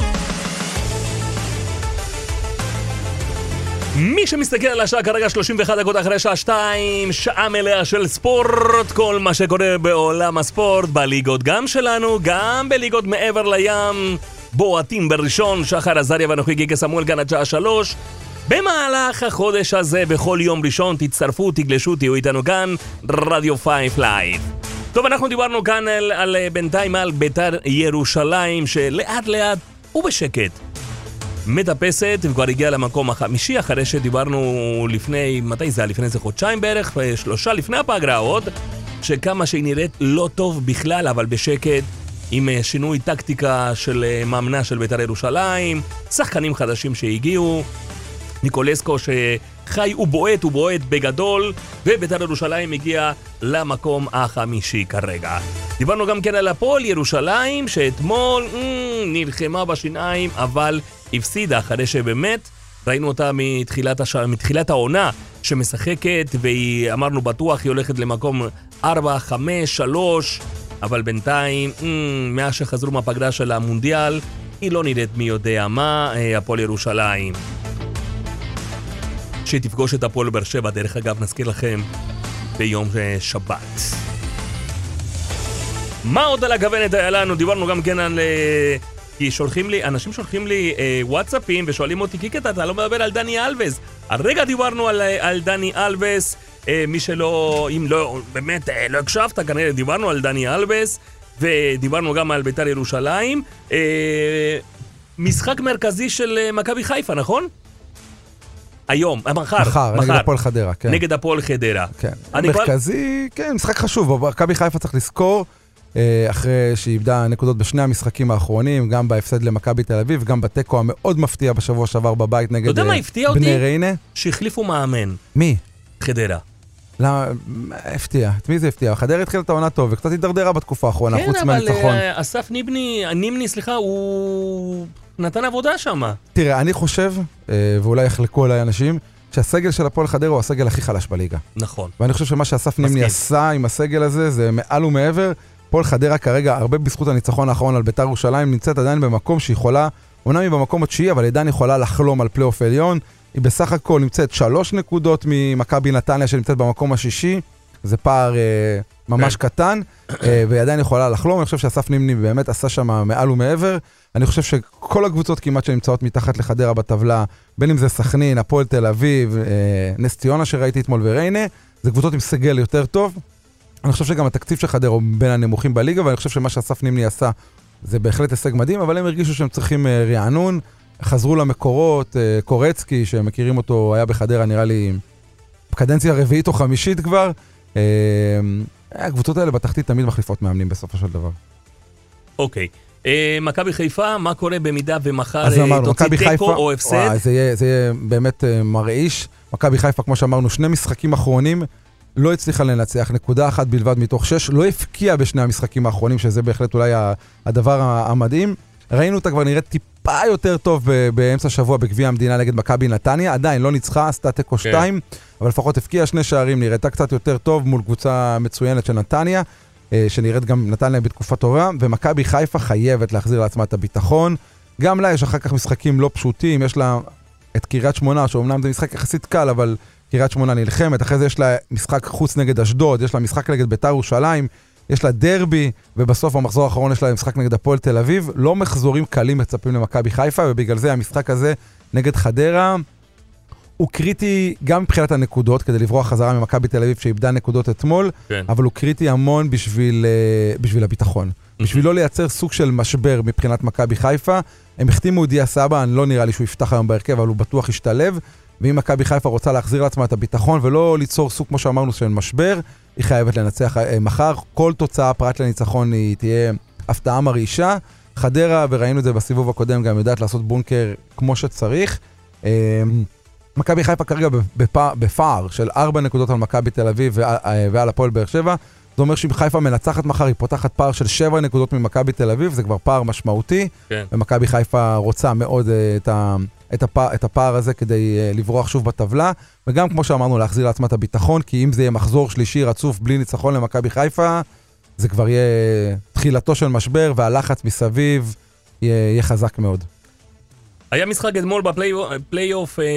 מי שמסתכל על השעה כרגע שלושים ואחת דקות אחרי שעה שתיים, שעה מלאה של ספורט, כל מה שקורה בעולם הספורט, בליגות גם שלנו, גם בליגות מעבר לים, בועטים בראשון, שחר עזריה ואנוכי גיגה סמואל כאן עד שעה שלוש. במהלך החודש הזה, בכל יום ראשון, תצטרפו, תגלשו, תהיו איתנו כאן, רדיו פייב לייב. טוב, אנחנו דיברנו כאן על, על בינתיים על בית"ר ירושלים, שלאט לאט ובשקט מטפסת, וכבר הגיעה למקום החמישי, אחרי שדיברנו לפני, מתי זה היה? לפני איזה חודשיים בערך, שלושה לפני הפגרה עוד, שכמה שהיא נראית לא טוב בכלל, אבל בשקט, עם שינוי טקטיקה של מאמנה של בית"ר ירושלים, שחקנים חדשים שהגיעו, ניקולסקו שחי ובועט ובועט בגדול, ובית"ר ירושלים הגיע למקום החמישי כרגע. דיברנו גם כן על הפועל ירושלים, שאתמול מ, נלחמה בשיניים, אבל הפסידה אחרי שבאמת ראינו אותה מתחילת, הש... מתחילת העונה שמשחקת, והיא אמרנו בטוח היא הולכת למקום ארבע, חמש, שלוש, אבל בינתיים מ, מאז שחזרו מהפגרה של המונדיאל היא לא נראית מי יודע מה. הפועל ירושלים שתפגוש את הפועל באר שבע, דרך אגב נזכיר לכם ביום שבת. מה עוד על הכוונת היה לנו? דיברנו גם כן על... כי שולחים לי, אנשים שולחים לי אה, וואטסאפים ושואלים אותי, קיקט, אתה לא מדבר על דני אלבס. הרגע דיברנו על, על דני אלבס, אה, מי שלא, אם לא, באמת אה, לא הקשבת, כנראה דיברנו על דני אלבס, ודיברנו גם על בית"ר ירושלים. אה, משחק מרכזי של אה, מכבי חיפה, נכון? היום, מחר. מחר, נגד הפועל חדרה, כן. נגד הפועל חדרה. כן. מרכזי, כבר... כן, משחק חשוב. מכבי חיפה צריך לזכור, אחרי שאיבדה נקודות בשני המשחקים האחרונים, גם בהפסד למכבי תל אביב, גם בתיקו המאוד מפתיע בשבוע שעבר בבית נגד בני ריינה. שהחליפו מאמן. מי? חדרה. למה? הפתיע. את מי זה הפתיע? חדרה התחילה את העונה טוב, וקצת הידרדרה בתקופה האחרונה, חוץ מהניצחון. כן, אבל אסף נימני, נימני, סליחה, הוא נתן עבודה שם. תראה, אני חושב, ואולי יחלקו עליי אנשים, שהסגל של הפועל חדרה הוא הסגל הכי חלש בליגה. נכון. ואני חושב שמה שאסף נימני עשה עם הסגל הזה, זה מעל ומעבר. הפועל חדרה כרגע, הרבה בזכות הניצחון האחרון על בית"ר ירושלים, נמצאת עדיין במקום שיכולה, אומנם היא במקום התשיעי, אבל עדיין יכולה לחלום על פלייאוף עליון. היא בסך הכל נמצאת שלוש נקודות ממכבי נתניה שנמצאת במקום השישי, זה פער אה, ממש קטן, אה, והיא עדיין יכולה לחלום. אני חושב שאסף נימני באמת עשה שם מעל ומעבר. אני חושב שכל הקבוצות כמעט שנמצאות מתחת לחדרה בטבלה, בין אם זה סכנין, הפועל תל אביב, אה, נס ציונה שראיתי אתמול וריינה, זה קבוצות עם סגל יותר טוב. אני חושב שגם התקציב של חדרה הוא בין הנמוכים בליגה, ואני חושב שמה שאסף נימני עשה זה בהחלט הישג מדהים, אבל הם הרגישו שהם צריכים אה, רענון, חזרו למקורות, אה, קורצקי, שמכירים אותו, היה בחדרה נראה לי בקדנציה רביעית או חמישית כבר. אה, הקבוצות האלה בתחתית תמיד מחליפות מאמנים בסופו של דבר. אוקיי. אה, מכבי חיפה, מה קורה במידה ומחר תוציא תיקו או הפסד? וואי, זה יהיה, זה יהיה באמת אה, מרעיש. מכבי חיפה, כמו שאמרנו, שני משחקים אחרונים, לא הצליחה לנצח, נקודה אחת בלבד מתוך שש, לא הפקיע בשני המשחקים האחרונים, שזה בהחלט אולי הדבר המדהים. ראינו אותה כבר נראית טיפה יותר טוב באמצע שבוע בגביע המדינה נגד מכבי נתניה, עדיין לא ניצחה, עשתה תיקו שתיים, אבל לפחות הפקיע שני שערים, נראיתה קצת יותר טוב מול קבוצה מצוינת של נתניה, שנראית גם נתן להם בתקופה טובה, ומכבי חיפה חייבת להחזיר לעצמה את הביטחון. גם לה יש אחר כך משחקים לא פשוטים, יש לה את קריית שמונה, שאומנם זה משחק יחסית קל, אבל קריית שמונה נלחמת, אחרי זה יש לה משחק חוץ נגד אשדוד, יש לה משחק נגד בית"ר ירושלים, יש לה דרבי, ובסוף במחזור האחרון יש לה משחק נגד הפועל תל אביב. לא מחזורים קלים מצפים למכבי חיפה, ובגלל זה המשחק הזה נגד חדרה הוא קריטי גם מבחינת הנקודות, כדי לברוח חזרה ממכבי תל אביב שאיבדה נקודות אתמול, כן. אבל הוא קריטי המון בשביל, בשביל הביטחון. Mm-hmm. בשביל לא לייצר סוג של משבר מבחינת מכבי חיפה. הם החתימו את דיה סבא, אני לא נראה לי שהוא יפתח היום בהרכב, אבל הוא בטוח ישתלב. ואם מכבי חיפה רוצה להחזיר לעצמה את הביטחון ולא ליצור סוג, כמו שאמרנו, של משבר, היא חייבת לנצח מחר. כל תוצאה פרט לניצחון היא תהיה הפתעה מרעישה. חדרה, וראינו את זה בסיבוב הקודם, גם יודעת לעשות בונקר כמו שצריך. מכבי חיפה כרגע בפער של ארבע נקודות על מכבי תל אביב ועל הפועל באר שבע. זה אומר שאם חיפה מנצחת מחר, היא פותחת פער של שבע נקודות ממכבי תל אביב, זה כבר פער משמעותי. כן. ומכבי חיפה רוצה מאוד את ה... את הפער, את הפער הזה כדי uh, לברוח שוב בטבלה, וגם כמו שאמרנו, להחזיר לעצמה את הביטחון, כי אם זה יהיה מחזור שלישי רצוף בלי ניצחון למכבי חיפה, זה כבר יהיה תחילתו של משבר, והלחץ מסביב יהיה, יהיה חזק מאוד. היה משחק אתמול בפלייאוף אה,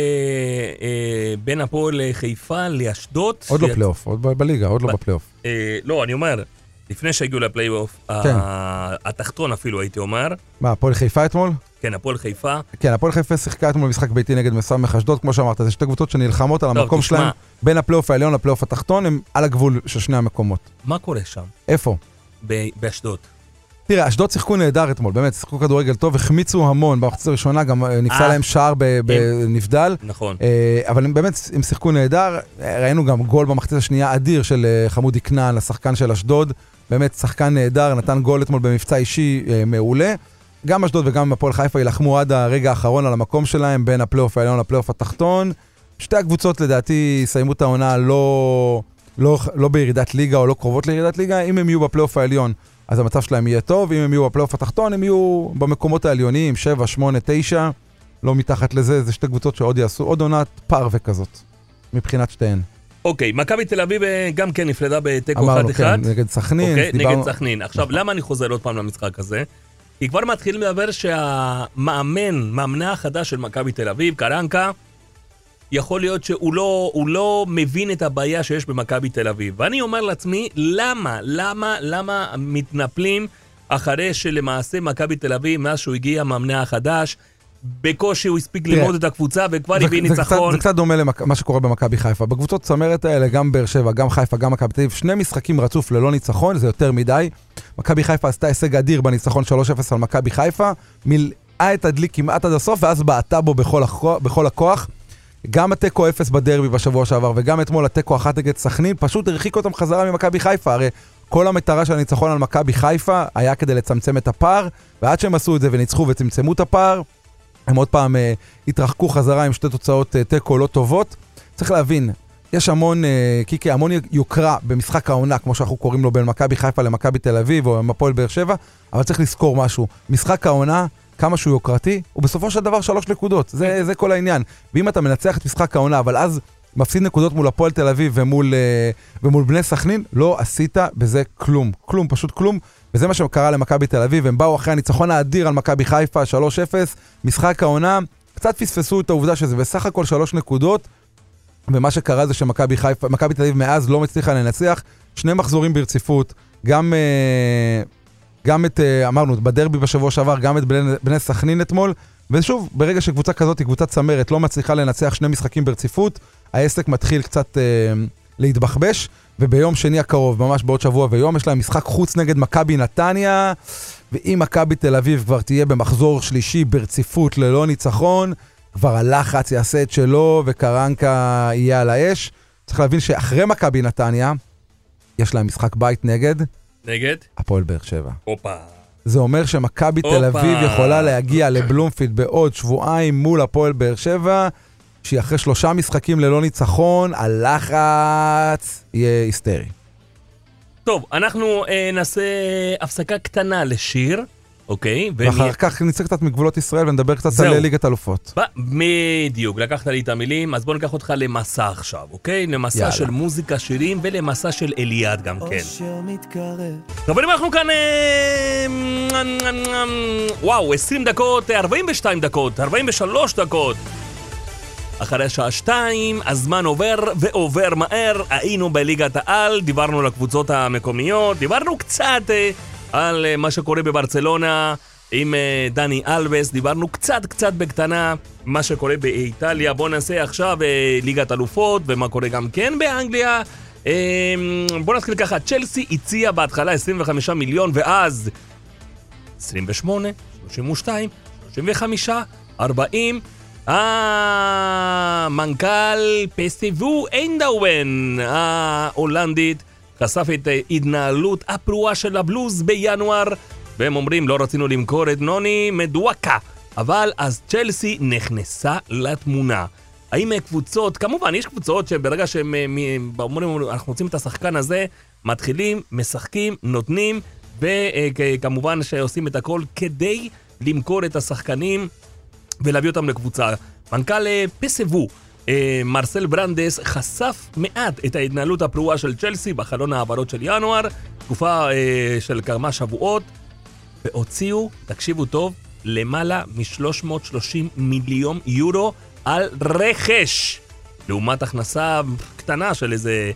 אה, בין הפועל חיפה לאשדוד. עוד לא פלייאוף, עוד בליגה, עוד לא בפלייאוף. אה, לא, אני אומר, לפני שהגיעו לפלייאוף, כן. התחתון אפילו הייתי אומר. מה, הפועל חיפה אתמול? כן, הפועל חיפה. כן, הפועל חיפה שיחקה אתמול משחק ביתי נגד מס"מ אשדוד, כמו שאמרת, זה שתי קבוצות שנלחמות על המקום שלהם, בין הפלייאוף העליון לפלייאוף התחתון, הם על הגבול של שני המקומות. מה קורה שם? איפה? באשדוד. תראה, אשדוד שיחקו נהדר אתמול, באמת, שיחקו כדורגל טוב, החמיצו המון, במחצית הראשונה גם נפסל להם שער בנבדל. נכון. אבל באמת, הם שיחקו נהדר, ראינו גם גול במחצית השנייה אדיר של חמודי כנען, השחקן של אשדוד, באמת שחקן נהדר, נתן גול אתמול במבצע אישי מעולה. גם אשדוד וגם הפועל חיפה ילחמו עד הרגע האחרון על המקום שלהם, בין הפלייאוף העליון לפלייאוף התחתון. שתי הקבוצות לדעתי סיימו את העונה לא, לא, לא בירידת ליגה או לא קרובות לירידת ליגה. אם הם יהיו בפלייאוף העליון, אז המצב שלהם יהיה טוב. אם הם יהיו בפלייאוף התחתון, הם יהיו במקומות העליוניים, שבע, שמונה, תשע, לא מתחת לזה. זה שתי קבוצות שעוד יעשו, עוד עונת פרווה כזאת, מבחינת שתיהן. אוקיי, מכבי תל אביב גם כן נפרדה בתיקו אחד אחד. אמרנו, כן, נגד סכנין. אוקיי, נגד סכנין. עכשיו, למה אני חוזר עוד פעם למשחק הזה? כי כבר מתחיל לדבר שהמאמן, מאמנה החדש של מכבי תל אביב, קרנקה, יכול להיות שהוא לא, הוא לא מבין את הבעיה שיש במכבי תל אביב. ואני אומר לעצמי, למה, למה, למה מתנפלים אחרי שלמעשה מכבי תל אביב, מאז שהוא הגיע המאמנה החדש, בקושי הוא הספיק ללמוד את הקבוצה וכבר הביא ניצחון. זה קצת דומה למה שקורה במכבי חיפה. בקבוצות צמרת האלה, גם באר שבע, גם חיפה, גם מכבי תל אביב, שני משחקים רצוף ללא ניצחון, זה יותר מדי. מכבי חיפה עשתה הישג אדיר בניצחון שלוש אפס על מכבי חיפה, מילאה את הדליק כמעט עד הסוף, ואז בעטה בו בכל הכוח. גם התיקו אפס בדרבי בשבוע שעבר, וגם אתמול התיקו אחת נגד סכנין, פשוט הרחיק אותם חזרה ממכבי חיפה. הרי כל המטרה של הניצחון על מכבי חיפה היה כדי לצמצם את הפער, ועד שהם עשו את זה וניצחו וצמצמו את הפער, הם עוד פעם אה, התרחקו חזרה עם שתי תוצאות אה, טקו לא טובות. צריך להבין, יש המון, אה, קיקי, המון יוקרה במשחק העונה, כמו שאנחנו קוראים לו, בין מכבי חיפה למכבי תל אביב או הפועל באר שבע, אבל צריך לזכור משהו. משחק העונה, כמה שהוא יוקרתי, הוא בסופו של דבר שלוש נקודות. זה, זה כל העניין. ואם אתה מנצח את משחק העונה, אבל אז מפסיד נקודות מול הפועל תל אביב ומול, אה, ומול בני סכנין, לא עשית בזה כלום. כלום, פשוט כלום. וזה מה שקרה למכבי תל אביב, הם באו אחרי הניצחון האדיר על מכבי חיפה, שלוש אפס, משחק העונה, קצת פספסו את העובדה שזה בסך הכל שלוש נקודות, ומה שקרה זה שמכבי חיפה, מכבי תל אביב מאז לא מצליחה לנצח, שני מחזורים ברציפות, גם, גם את, אמרנו, בדרבי בשבוע שעבר, גם את בני, בני סכנין אתמול, ושוב, ברגע שקבוצה כזאת היא קבוצה צמרת, לא מצליחה לנצח שני משחקים ברציפות, העסק מתחיל קצת להתבחבש, וביום שני הקרוב, ממש בעוד שבוע ויום, יש להם משחק חוץ נגד מכבי נתניה, ואם מכבי תל אביב כבר תהיה במחזור שלישי ברציפות ללא ניצחון, כבר הלחץ יעשה את שלו, וקרנקה יהיה על האש. צריך להבין שאחרי מכבי נתניה, יש להם משחק בית נגד... נגד? הפועל באר שבע. אופה. זה אומר שמכבי תל אביב יכולה להגיע לבלומפילד בעוד שבועיים מול הפועל באר שבע, שהיא אחרי שלושה משחקים ללא ניצחון, הלחץ יהיה היסטרי. טוב, אנחנו אה, נעשה הפסקה קטנה לשיר, אוקיי. ואחר כך נצא קצת מגבולות ישראל ונדבר קצת על ליגת אלופות. בדיוק, לקחת לי את המילים, אז בוא ניקח אותך למסע עכשיו, אוקיי? למסע של מוזיקה, שירים ולמסע של אליעד גם כן. אבל אם אנחנו כאן, וואו, עשרים דקות, ארבעים ושתיים דקות, ארבעים ושלוש דקות. אחרי שעה שתיים, הזמן עובר ועובר מהר, היינו בליגת העל, דיברנו על הקבוצות המקומיות, דיברנו קצת על מה שקורה בברצלונה עם דני אלבס, דיברנו קצת קצת בקטנה מה שקורה באיטליה. בוא נעשה עכשיו ליגת אלופות ומה קורה גם כן באנגליה. בוא נתחיל ככה, צ'לסי הציע בהתחלה עשרים וחמישה מיליון ואז עשרים ושמונה, שלושים ושתיים, שלושים וחמש, ארבעים. המנכ"ל פסטיבו איינדאוון ההולנדית חשף את התנהלות הפרועה של הבלוז בינואר, והם אומרים לא רצינו למכור את נוני מדואקה, אבל אז צ'לסי נכנסה לתמונה. האם קבוצות, כמובן יש קבוצות שברגע שהם אומרים אנחנו רוצים את השחקן הזה, מתחילים, משחקים, נותנים, וכמובן שעושים את הכל כדי למכור את השחקנים ולהביא אותם לקבוצה. מנכ"ל פסבו, מרסל ברנדס, חשף מעט את ההתנהלות הפרועה של צ'לסי בחלון העברות של ינואר, תקופה של כמה שבועות, והוציאו, תקשיבו טוב, למעלה מ-שלוש מאות ושלושים מיליון יורו על רכש, לעומת הכנסה קטנה של איזה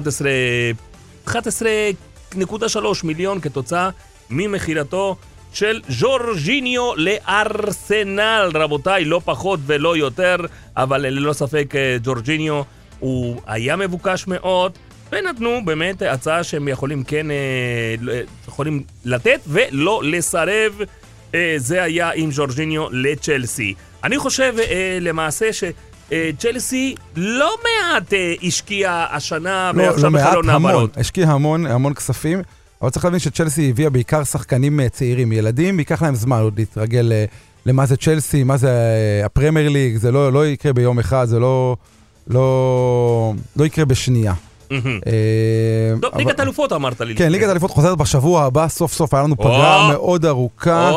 אחת עשרה נקודה שלוש מיליון כתוצאה ממחירתו של ז'ורג'יניו לארסנל. רבותיי, לא פחות ולא יותר, אבל ללא ספק ז'ורג'יניו הוא היה מבוקש מאוד, ונתנו באמת הצעה שהם יכולים כן יכולים לתת ולא לסרב. זה היה עם ז'ורג'יניו לצ'לסי. אני חושב למעשה שצ'לסי לא מעט השקיע השנה לא, ועכשיו לא בחלון העברות. השקיע המון, המון כספים, אבל צריך להבין שצ'לסי הביאה בעיקר שחקנים צעירים, ילדים, ייקח להם זמן עוד להתרגל למה זה צ'לסי, מה זה הפרמייר ליג, זה לא, לא יקרה ביום אחד, זה לא, לא, לא יקרה בשנייה. טוב, ליגת אלופות אמרת לי. כן, ליגת אלופות חוזרת בשבוע הבא, סוף סוף היה לנו פגרה מאוד ארוכה,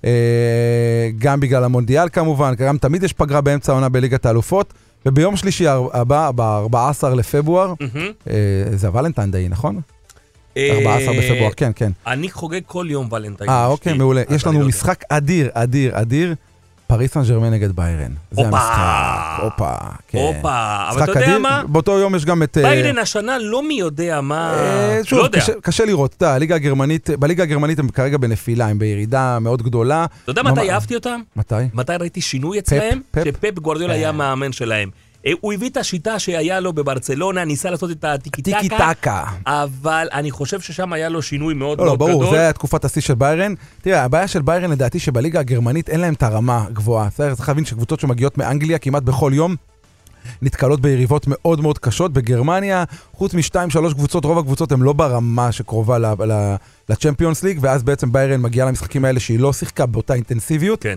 גם בגלל המונדיאל כמובן, גם תמיד יש פגרה באמצע העונה בליגת האלופות, וביום שלישי הבא, ב-ארבעה עשר לפברואר, זה הוולנטיין דיי, נכון? ארבעה עשר בפברואר, כן, כן. אני חוגג כל יום ולנטיין. אה, אוקיי, מעולה. יש לנו משחק אדיר, אדיר, אדיר. פריס סן ז'רמן נגד ביירן. זה המשחק. אופה, כן. אופה, אבל אתה יודע מה? באותו יום יש גם את... ביירן השנה לא מי יודע מה... שוב, קשה לראות. אתה, הליגה הגרמנית, בליגה הגרמנית הם כרגע בנפילה, הם בירידה מאוד גדולה. אתה יודע מתי אהבתי אותם? מתי? מתי ראיתי שינוי אצלהם? שפפ גוארדיולה היה מאמן שלהם. הוא הביא את השיטה שהיה לו בברצלונה, ניסה לעשות את הטיקי-טקה, טיקי-טקה. אבל אני חושב ששם היה לו שינוי מאוד לא, מאוד לא, גדול. ברור, זה היה תקופת השיא של ביירן. תראה, הבעיה של ביירן לדעתי שבליגה הגרמנית אין להם את הרמה גבוהה. צריך להבין שקבוצות שמגיעות מאנגליה כמעט בכל יום, נתקלות ביריבות מאוד מאוד קשות. בגרמניה, חוץ משתיים, שלוש קבוצות, רוב הקבוצות הן לא ברמה שקרובה לצ'מפיונס ליג, ואז בעצם ביירן מגיעה למשחקים האלה שהיא לא שיחקה באותה אינטנסיביות. כן.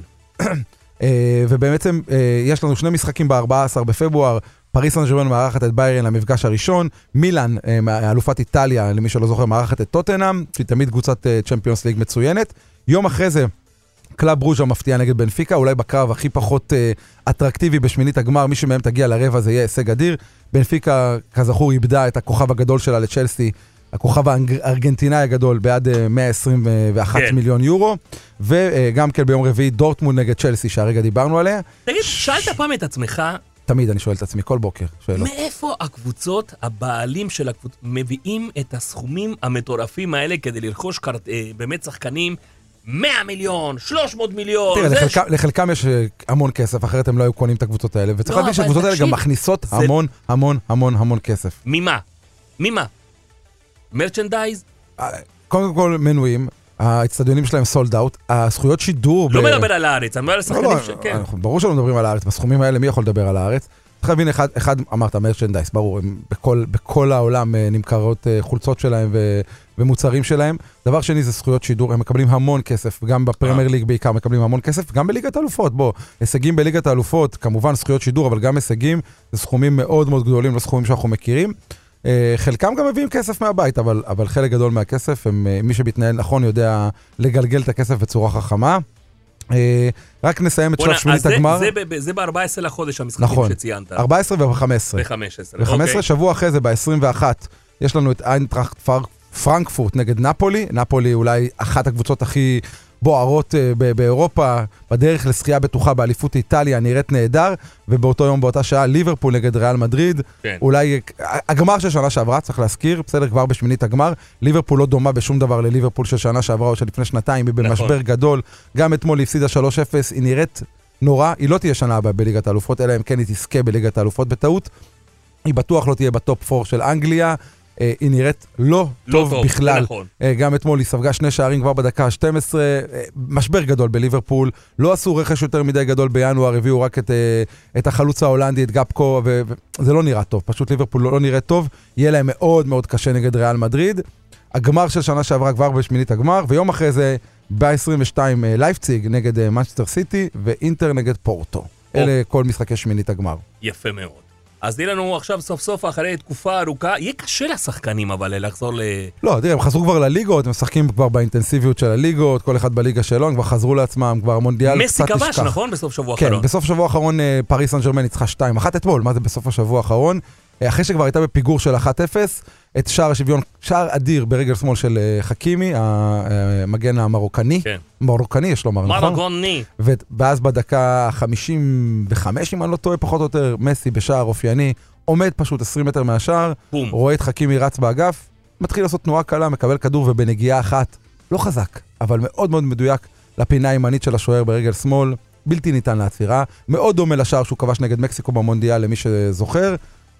ובעצם יש לנו שני משחקים ב-ארבעה עשר בפברואר, פריס סן ז'רמן מארחת את ביירן למפגש הראשון, מילאן, אלופת איטליה, למי שלא זוכר, מארחת את טוטנהאם, שהיא תמיד קבוצת צ'מפיונס ליג מצוינת. יום אחרי זה, קלאב ברוג'ה מפתיע נגד בנפיקה, אולי בקרב הכי פחות אטרקטיבי בשמינית הגמר, מי שמהם תגיע לרבע זה יהיה הישג אדיר. בנפיקה, כזכור, איבדה את הכוכב הגדול שלה לצ'לסי, הכוכב הארגנטינאי הגדול בעד מאה עשרים ואחד כן. מיליון יורו, וגם כן ביום רביעי דורטמונד נגד צ'לסי שהרגע דיברנו עליה. תגיד, שאלת פעם את עצמך? תמיד אני שואל את עצמי, כל בוקר שאלות. מאיפה הקבוצות, הבעלים של הקבוצות, מביאים את הסכומים המטורפים האלה כדי לרכוש קרט, אה, באמת שחקנים מאה מיליון, שלוש מאות מיליון. תראה, לחלקם, ש... לחלקם יש המון כסף, אחרת הם לא היו קונים את הקבוצות האלה, וצריך לא, להבין שהקבוצות האלה גם מכניסות זה... המון, המון, המון, המון כסף. ממה? ממה? מרצ'נדייז? קודם כל מנויים, האצטדיונים שלהם סולד אאוט, הזכויות שידור... לא מדבר על הארץ, אני מדבר על שחקנים ש... כן. ברור שלא מדברים על הארץ, בסכומים האלה מי יכול לדבר על הארץ? צריך להבין, אחד, אחד אמרת מרצ'נדייז, ברור, בכל, בכל העולם נמכרות חולצות שלהם ו, ומוצרים שלהם. דבר שני זה זכויות שידור, הם מקבלים המון כסף, גם בפרמייר ליג בעיקר מקבלים המון כסף, גם בליגת האלופות, בוא, הישגים בליגת האלופות, כמובן זכויות שידור, אבל גם הישגים, זה סכומים מאוד מאוד גדולים, לא סכומים שאנחנו מכירים. חלקם גם מביאים כסף מהבית, אבל, אבל חלק גדול מהכסף, הם, מי שמתנהל נכון יודע לגלגל את הכסף בצורה חכמה. רק נסיים את שלב שמינית הגמר. זה ב-ארבעה עשר לחודש המשחקים שציינת. ארבע עשרה וב-חמש עשרה. ב-חמש עשרה, ב-חמש עשרה, שבוע אחרי זה, ב-עשרים ואחת, יש לנו את איינטראכט פרנקפורט נגד נפולי. נפולי אולי אחת הקבוצות הכי בוערות באירופה, בדרך לשחייה בטוחה באליפות איטליה, נראית נהדר, ובאותו יום, באותה שעה, ליברפול נגד ריאל מדריד. אולי, הגמר של שנה שעברה, צריך להזכיר, בסדר, כבר בשמינית הגמר, ליברפול לא דומה בשום דבר לליברפול של שנה שעברה או של לפני שנתיים, היא במשבר גדול, גם אתמול הפסידה שלוש אפס, היא נראית נורא, היא לא תהיה שנה הבאה בליגת האלופות, אלא אם כן היא תזכה בליגת האלופות בטעות, היא בטוח לא תהיה בטופ ארבע של אנגליה, היא נראית לא טוב בכלל. גם אתמול היא ספגה שני שערים כבר בדקה ה-שתים עשרה, משבר גדול בליברפול, לא עשו רכש יותר מדי גדול בינואר, הביאו רק את, את החלוץ ההולנדי, את גפקו, וזה לא נראה טוב, פשוט ליברפול לא, לא נראה טוב, יהיה להם מאוד מאוד קשה נגד ריאל מדריד. הגמר של שנה שעברה כבר בשמינית הגמר, ויום אחרי זה ב-עשרים ושתיים לייפציג נגד מנצ'סטר סיטי, ואינטר נגד פורטו. אלה כל משחקי שמינית הגמר. יפה מאוד. אז תהיה לנו עכשיו סוף סוף אחרי תקופה ארוכה, יהיה קשה לשחקנים אבל לחזור ל... לא, תראה, הם חזרו כבר לליגות, הם משחקים כבר באינטנסיביות של הליגות, כל אחד בליגה שלו, הם כבר חזרו לעצמם, כבר המונדיאל מסי כבש, נכון? בסוף שבוע כן, האחרון. בסוף השבוע האחרון פריס סן ז'רמן ניצחה שתיים אחת אתמול, מה זה בסוף השבוע האחרון? אחרי שכבר הייתה בפיגור של אחת אפס, את שער השוויון, שער אדיר ברגל שמאל של חכימי, המגן המרוקני, כן. מרוקני יש לומר, נכון? מרוקני. ואז בדקה חמישים וחמש, אם אני לא טועה, פחות או יותר, מסי בשער אופייני, עומד פשוט עשרים מטר מהשער, בום. רואה את חכימי רץ באגף, מתחיל לעשות תנועה קלה, מקבל כדור ובנגיעה אחת, לא חזק, אבל מאוד מאוד מדויק לפינה הימנית של השוער ברגל שמאל, בלתי ניתן לעצירה, מאוד דומה לשער שהוא כבש נגד מקסיקו במונדיאל למי שזוכר.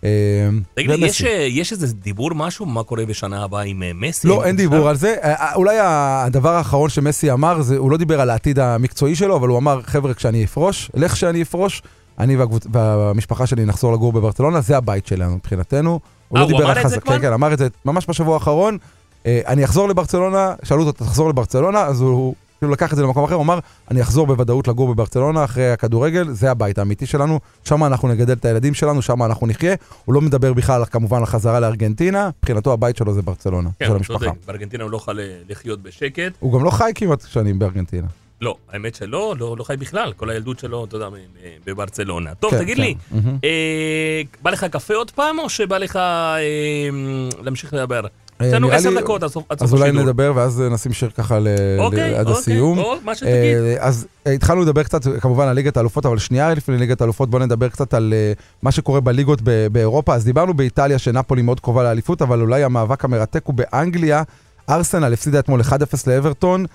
תגיד לי, יש, יש איזה דיבור משהו מה קורה בשנה הבאה עם מסי? לא, אין דיבור על זה. אולי הדבר האחרון שמסי אמר, זה, הוא לא דיבר על העתיד המקצועי שלו, אבל הוא אמר, חבר'ה, כשאני אפרוש, לך שאני אפרוש, אני והמשפחה שלי נחזור לגור בברצלונה, זה הבית שלנו מבחינתנו. הוא לא דיבר על חזק, כן, כן, אמר את זה ממש בשבוע האחרון, אני אחזור לברצלונה, שאלו אותו, תחזור לברצלונה, אז הוא כאילו לקח את זה למקום אחר, הוא אמר, אני אחזור בוודאות לגור בברצלונה אחרי הכדורגל, זה הבית האמיתי שלנו, שם אנחנו נגדל את הילדים שלנו, שם אנחנו נחיה, הוא לא מדבר בכלל כמובן על חזרה לארגנטינה, מבחינתו הבית שלו זה ברצלונה, כן, של המשפחה. בארגנטינה הוא לא יכול לחיות בשקט. הוא גם לא חי כמעט שנים בארגנטינה. לא, האמת שלא, לא, לא חי בכלל, כל הילדות שלו, אתה יודע, בברצלונה. טוב, כן, תגיד כן. לי, Mm-hmm. אה, בא לך קפה עוד פעם, או שבא לך אה, להמשיך לדבר? אצלנו עשר דקות עד סוף השידור. אז אולי נדבר, ואז נשים שיר ככה עד הסיום. אוקיי, מה שתגיד. אז התחלנו לדבר קצת, כמובן, על ליגת האלופות, אבל שנייה לפני ליגת האלופות, בואו נדבר קצת על מה שקורה בליגות באירופה. אז דיברנו באיטליה שנפולי מאוד קרובה לאליפות, אבל אולי המאבק המרתק הוא באנגליה. ארסנל הפסידה אתמול אחד אפס לאברטון,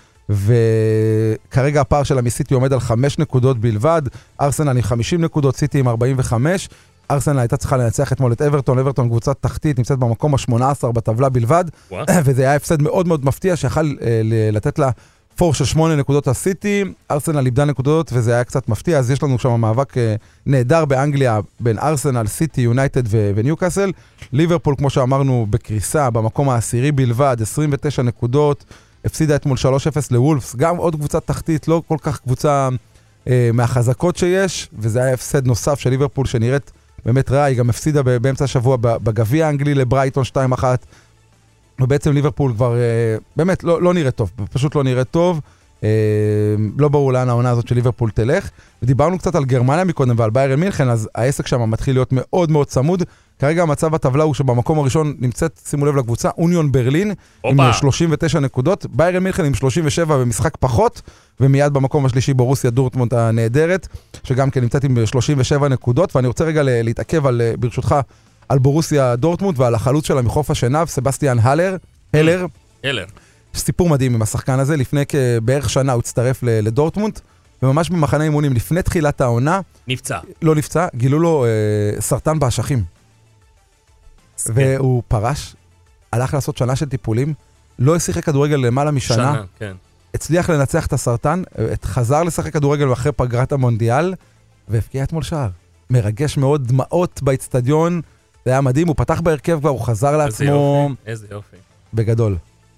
וכרגע הפער שלה מסיטי עומד על חמש נקודות בלבד, ארסנל עם חמישים נקודות, סיטי עם ארבעים וחמש, ארסנל הייתה צריכה לנצח אתמול את אברטון, אברטון קבוצת תחתית, נמצאת במקום ה-שמונה עשרה בטבלה בלבד, וזה היה הפסד מאוד מאוד מפתיע, שיכל לתת לה פור של שמונה נקודות הסיטי, ארסנל איבדה נקודות, וזה היה קצת מפתיע, אז יש לנו שם מאבק נהדר באנגליה, בין ארסנל, סיטי, יונייטד וניוקאסל, ליברפול, כמו שאמרנו, בקריסה, במקום העשירי בלבד, עשרים ותשע נקודות, הפסידה אתמול שלוש אפס לוולפס, גם עוד קבוצה תחתית, לא כל כך קבוצה אה, מהחזקות שיש, וזה היה הפסד נוסף של ליברפול שנראית באמת רע, היא גם הפסידה באמצע השבוע בגביע האנגלי לברייטון שתיים אחת, ובעצם ליברפול כבר אה, באמת לא, לא נראה טוב, פשוט לא נראה טוב, אה, לא ברור לאן העונה הזאת של ליברפול תלך, ודיברנו קצת על גרמניה מקודם ועל ביירן מינכן, אז העסק שם מתחיל להיות מאוד מאוד צמוד, כרגע המצב בטבלה הוא שבמקום הראשון נמצאת, שימו לב לקבוצה, אוניון ברלין, עם שלושים ותשע נקודות, ביירן מינכן עם שלושים ושבע במשחק פחות, ומיד במקום השלישי ברוסיה דורטמונד הנהדרת, שגם כן נמצאת עם שלושים ושבע נקודות, ואני רוצה רגע להתעכב על, ברשותך, על ברוסיה דורטמונד ועל החלוץ שלה מחוף השנהב, סבסטיאן הלר, הלר. הלר. סיפור מדהים עם השחקן הזה, לפני בערך שנה הוא הצטרף לדורטמונד, וממש במחנה אימונים לפני תחילת העונה, נפצע. לא נפצע, גילו לו אה, סרטן באשכים. והוא פרש, הלך לעשות שנה של טיפולים, לא שיחק כדורגל למעלה משנה, שנה, כן. הצליח לנצח את הסרטן, חזר לשחק כדורגל אחרי פגרת המונדיאל, והפקיע אתמול שער. מרגש מאוד, דמעות באצטדיון, זה היה מדהים, הוא פתח בהרכב כבר, הוא חזר לעצמו. איזה יופי, איזה יופי. בגדול.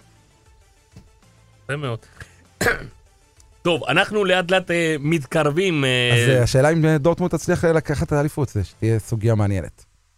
יפה מאוד. טוב, אנחנו לאט לאט uh, מתקרבים. אז uh, השאלה אם דורטמונד תצליח לקחת את האליפות, זה שתהיה סוגיה מעניינת.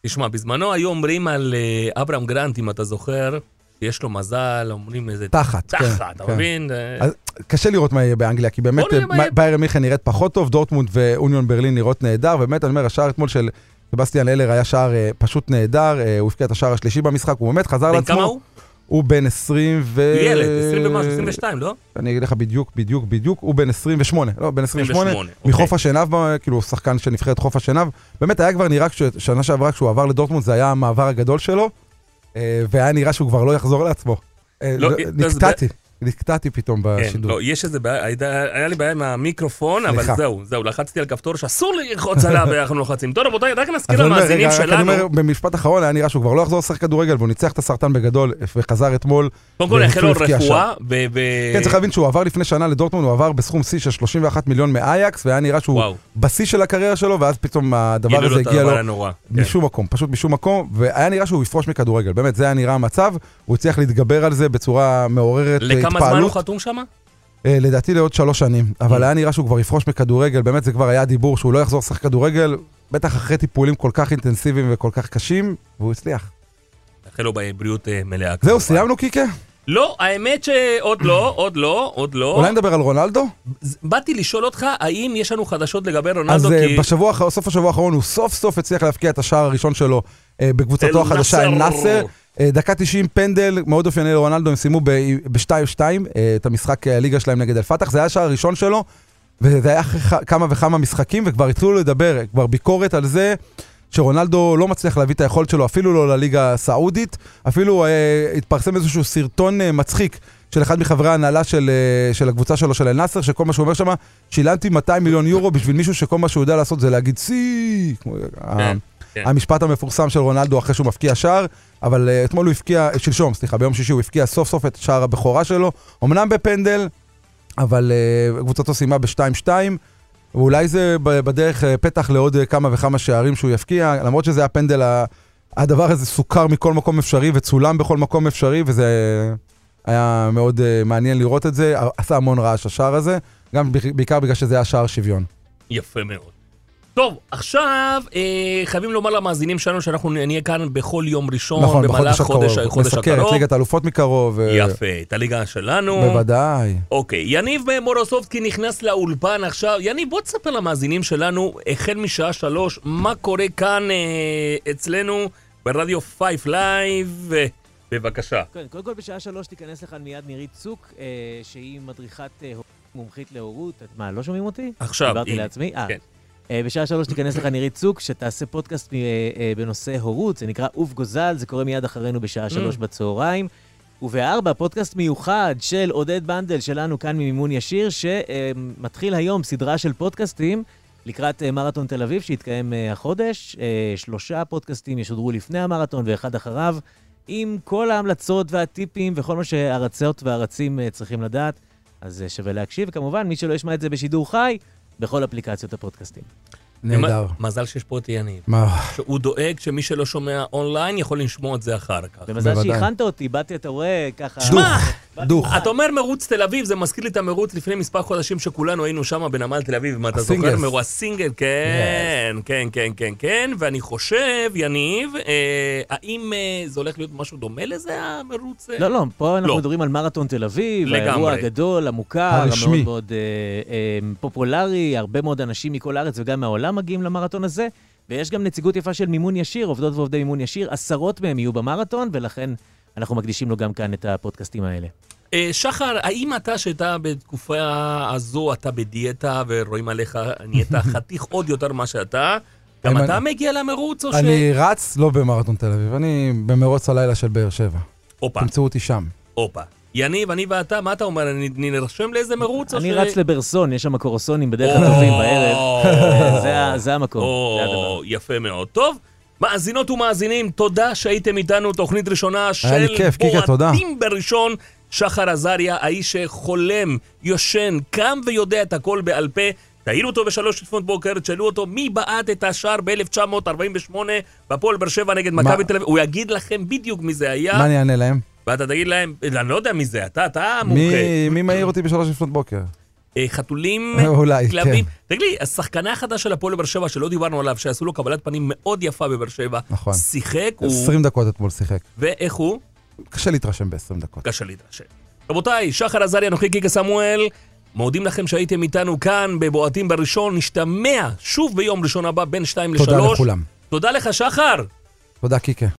תשמע, בזמנו היו אומרים על אה, אברהם גרנט, אם אתה זוכר, יש לו מזל, אומרים איזה... תחת, כן, תחת, אתה כן. מבין? אז קשה לראות מה יהיה באנגליה, כי באמת בוא נראה מה יהיה. ביירן מינכן נראית פחות טוב, דורטמונד ואוניון ברלין נראות נהדר, ובאמת אני אומר, השער אתמול של סבסטיאן אלר היה שער אה, פשוט נהדר, אה, הוא הפקיע את השער השלישי במשחק, הוא באמת חזר בן לעצמו. כמה הוא? הוא בן עשרים ו... ילד, עשרים ומשהו, עשרים ושתיים, לא? אני אגיד לך בדיוק, בדיוק, בדיוק, הוא בן עשרים ושמונה, לא, בן עשרים ושמונה, עשרים ושמונה, מחוף אוקיי. השנב, כאילו שחקן שנבחרת חוף השנב, באמת היה כבר נראה, שנה שעברה כשהוא עבר לדורטמונד, זה היה המעבר הגדול שלו, אה, והיה נראה שהוא כבר לא יחזור לעצמו. אה, לא, נקטעתי, נקטעתי פתאום כן, בשידור. לא, יש איזה בעיה, הייתה- היה לי בעיה עם המיקרופון, אבל סליחה. זהו, זהו, לחצתי על כפתור שאסור לי ללחוץ עליו ואנחנו לוחצים. טוב, רבותיי, רק נזכיר אז אני אומר, למאזינים רגע, רק אני שלנו. אומר, במשפט אחרון, היה נראה שהוא כבר לא יחזור לשחק כדורגל, והוא ניצח את הסרטן בגדול, וחזר אתמול. קודם כל, נאחל לו והפקיע רפואה, ו... כן, צריך להבין שהוא עבר לפני שנה לדורטמונד, הוא עבר בסכום שיא של שלושים ואחד מיליון מאייקס, והיה נראה שהוא וואו. בשיא של הקריירה שלו, ואז פתאום הדבר גילו הזה לו את הגיע הדבר לו הנורא. כן. משום מקום, פשוט משום מקום, והיה נראה שהוא יפרוש מכדורגל, באמת, זה היה נראה המצב, הוא הצליח להתגבר על זה בצורה מעוררת אה, לכמה זמן הוא התפעלות. חתום שם? אה, לדעתי לעוד שלוש שנים, אבל היה נראה שהוא כבר יפרוש מכדורגל, באמת זה כבר היה דיבור שהוא לא יחזור לשחק כדורגל, בטח אחרי טיפולים כל כך אינטנסיביים וכל כך קשים, והוא הצליח. נאחל לו בבריאות אה, מלאה. זהו, כמובן. סיימנו קיקה? לא, האמת שעוד לא, עוד לא, עוד לא. אולי נדבר על רונלדו? ז- באתי לשאול אותך, האם יש לנו חדשות לגבי אז רונלדו? אה, כי... בשבוע, האח- סוף השבוע האחרון הוא סוף סוף הצליח להפקיע את השער הראשון שלו אה, בקבוצתו אל החדשה, אל נאסר. נאסר. אה, דקה תשעים פנדל, מאוד אופייני לרונלדו, הם סיימו ב-שתיים שתיים את המשחק אה, הליגה שלהם נגד אל-פתח, זה היה השער הראשון שלו, וזה היה אחרי ח- כמה וכמה משחקים, וכבר התחילו לדבר, כבר ביקורת על זה, שרונלדו לא מצליח להביא את היכולת שלו, אפילו לא לליגה הסעודית, אפילו אה, התפרסם איזשהו סרטון אה, מצחיק של אחד מחברי ההנהלה של, אה, של הקבוצה שלו, של אל-נאסר, שכל מה שהוא אומר שם, שילמתי מאתיים מיליון יורו בשביל מישהו שכל מה שהוא יודע לעשות זה להגיד סי, כמו, כן, כן. המשפט המפורסם של רונלדו אחרי שהוא מפקיע שער, אבל uh, אתמול הוא הפקיע, שלשום, סליחה, ביום שישי הוא הפקיע סוף סוף את שער הבכורה שלו, אמנם בפנדל, אבל uh, קבוצתו סיימה ב-שתיים שתיים, ואולי זה ב- בדרך uh, פתח לעוד uh, כמה וכמה שערים שהוא יפקיע, למרות שזה הפנדל, ה- הדבר הזה סוכר מכל מקום אפשרי וצולם בכל מקום אפשרי, וזה היה מאוד uh, מעניין לראות את זה, עשה המון רעש השער הזה, גם בעיקר בגלל שזה היה שער שוויון. יפה מאוד. טוב, עכשיו אה, חייבים לומר למאזינים שלנו שאנחנו נהיה כאן בכל יום ראשון, נכון, במהלך בחודש חודש, הקרוב, חודש נסקר את הקרוב. ליגת האלופות מקרוב. ו- יפה, את הליגה שלנו. בוודאי. אוקיי, יניב מורוסובסקי נכנס לאולפן עכשיו. יניב, בוא תספר למאזינים שלנו, החל משעה שלוש, מה קורה כאן אה, אצלנו ברדיו פייב לייב. בבקשה. כן, קודם כל בשעה שלוש תיכנס לכאן מיד נירית צוק, אה, שהיא מדריכת אה, מומחית להורות. את מה, לא שומעים אותי? עכשיו, דיברתי הנה. לעצמי? אה. כן. אה, בשעה שלוש תיכנס לכאן נירית צוק, שתעשה פודקאסט אה, אה, בנושא הורות, זה נקרא אוף גוזל, זה קורה מיד אחרינו בשעה שלוש בצהריים. ובארבע, פודקאסט מיוחד של עודד בנדל שלנו כאן ממימון ישיר, שמתחיל היום סדרה של פודקאסטים לקראת אה, מרתון תל אביב, שהתקיים אה, החודש. אה, שלושה פודקאסטים ישודרו לפני המרתון ואחד אחריו, עם כל ההמלצות והטיפים וכל מה שהרצות והרצים אה, צריכים לדעת. אז אה, שווה להקשיב, וכמובן, מי שלא ישמע את זה בשידור חי, בכל אפליקציות הפודקאסטים. נהדר. מזל שיש פה את יניב. מה? הוא דואג שמי שלא שומע אונליין יכול לשמוע את זה אחר כך. במזל בוודאי. שהכנת אותי, באתי, אתה רואה, ככה... שמע, דוך. אתה אומר מרוץ תל אביב, זה מזכיר לי את המרוץ לפני מספר חודשים שכולנו היינו שם בנמל תל אביב, אם אתה זוכר, הסינגלס. מרוץ הסינגל, כן, כן, כן, כן, כן, ואני חושב, יניב, אה, האם אה, זה הולך להיות משהו דומה לזה, המרוץ? אה? לא, לא, פה אנחנו לא. מדברים על מרתון תל אביב, לגמרי. האירוע הגדול, המוכר, הרשמי. המאוד מאוד אה, אה, פופולרי, הרבה מאוד אנשים מכל הארץ וגם מהעולם מגיעים למרתון הזה, ויש גם נציגות יפה של מימון ישיר, עובדות ועובדי מימון ישיר, עשרות מהם יהיו במרתון, ולכן אנחנו מקדישים לו גם כאן את הפודקאסטים האלה. אה, שחר, האם אתה שאתה בתקופה הזו, אתה בדיאטה ורואים עליך, נהיית חתיך עוד יותר ממה שאתה, גם אני- אתה מגיע למרוץ או ש... אני רץ לא במרתון תל אביב, אני במרוץ הלילה של באר שבע. הופה, תמצאו אותי שם. הופה. יניב, אני ואתה, מה אתה אומר? אני אני נרשם לאיזה מרוץ? או אני ש- רץ לברסון, יש שם קורסונים בדרך או, הטובים בערב. אה, זה ה- זה המקום, זה הדבר. או, יפה מאוד. טוב, מאזינות ומאזינים, תודה שהייתם איתנו, תוכנית ראשונה של לי כיף, קיקה, תודה. בועטים בראשון. שחר עזריה, האיש שחולם, יושן, קם ויודע את הכל בעל פה. תהילו אותו בשלוש לפנות בוקר, תשאלו אותו מי בעט את השער ב-אלף תשע מאות ארבעים ושמונה בפועל באר שבע נגד מכבי תל אביב. הוא יגיד לכם בדיוק מי זה היה, מה אני אענה להם? ואתה תגיד להם, אני לא יודע מי זה, אתה, אתה מי- מומחה. מי מעיר אותי בשלוש לפנות בוקר? אה, חתולים, אולי, כלבים. כן. תגיד לי, השחקנה החדש של הפועל באר שבע, שלא דיברנו עליו, שעשו לו קבלת פנים מאוד יפה בבאר שבע, נכון. שיחק, הוא... עשרים דקות אתמול שיחק. ואיך הוא? קשה להתרשם ב-עשרים דקות. קשה להתרשם. רבותיי, שחר עזריה, אנוכי קיקה סמואל, מודים לכם שהייתם איתנו כאן בבועטים בראשון, נשתמע שוב ביום ראשון הבא בין שתיים לשלוש. תודה לכולם. תודה לך, שחר. תודה, קיקה.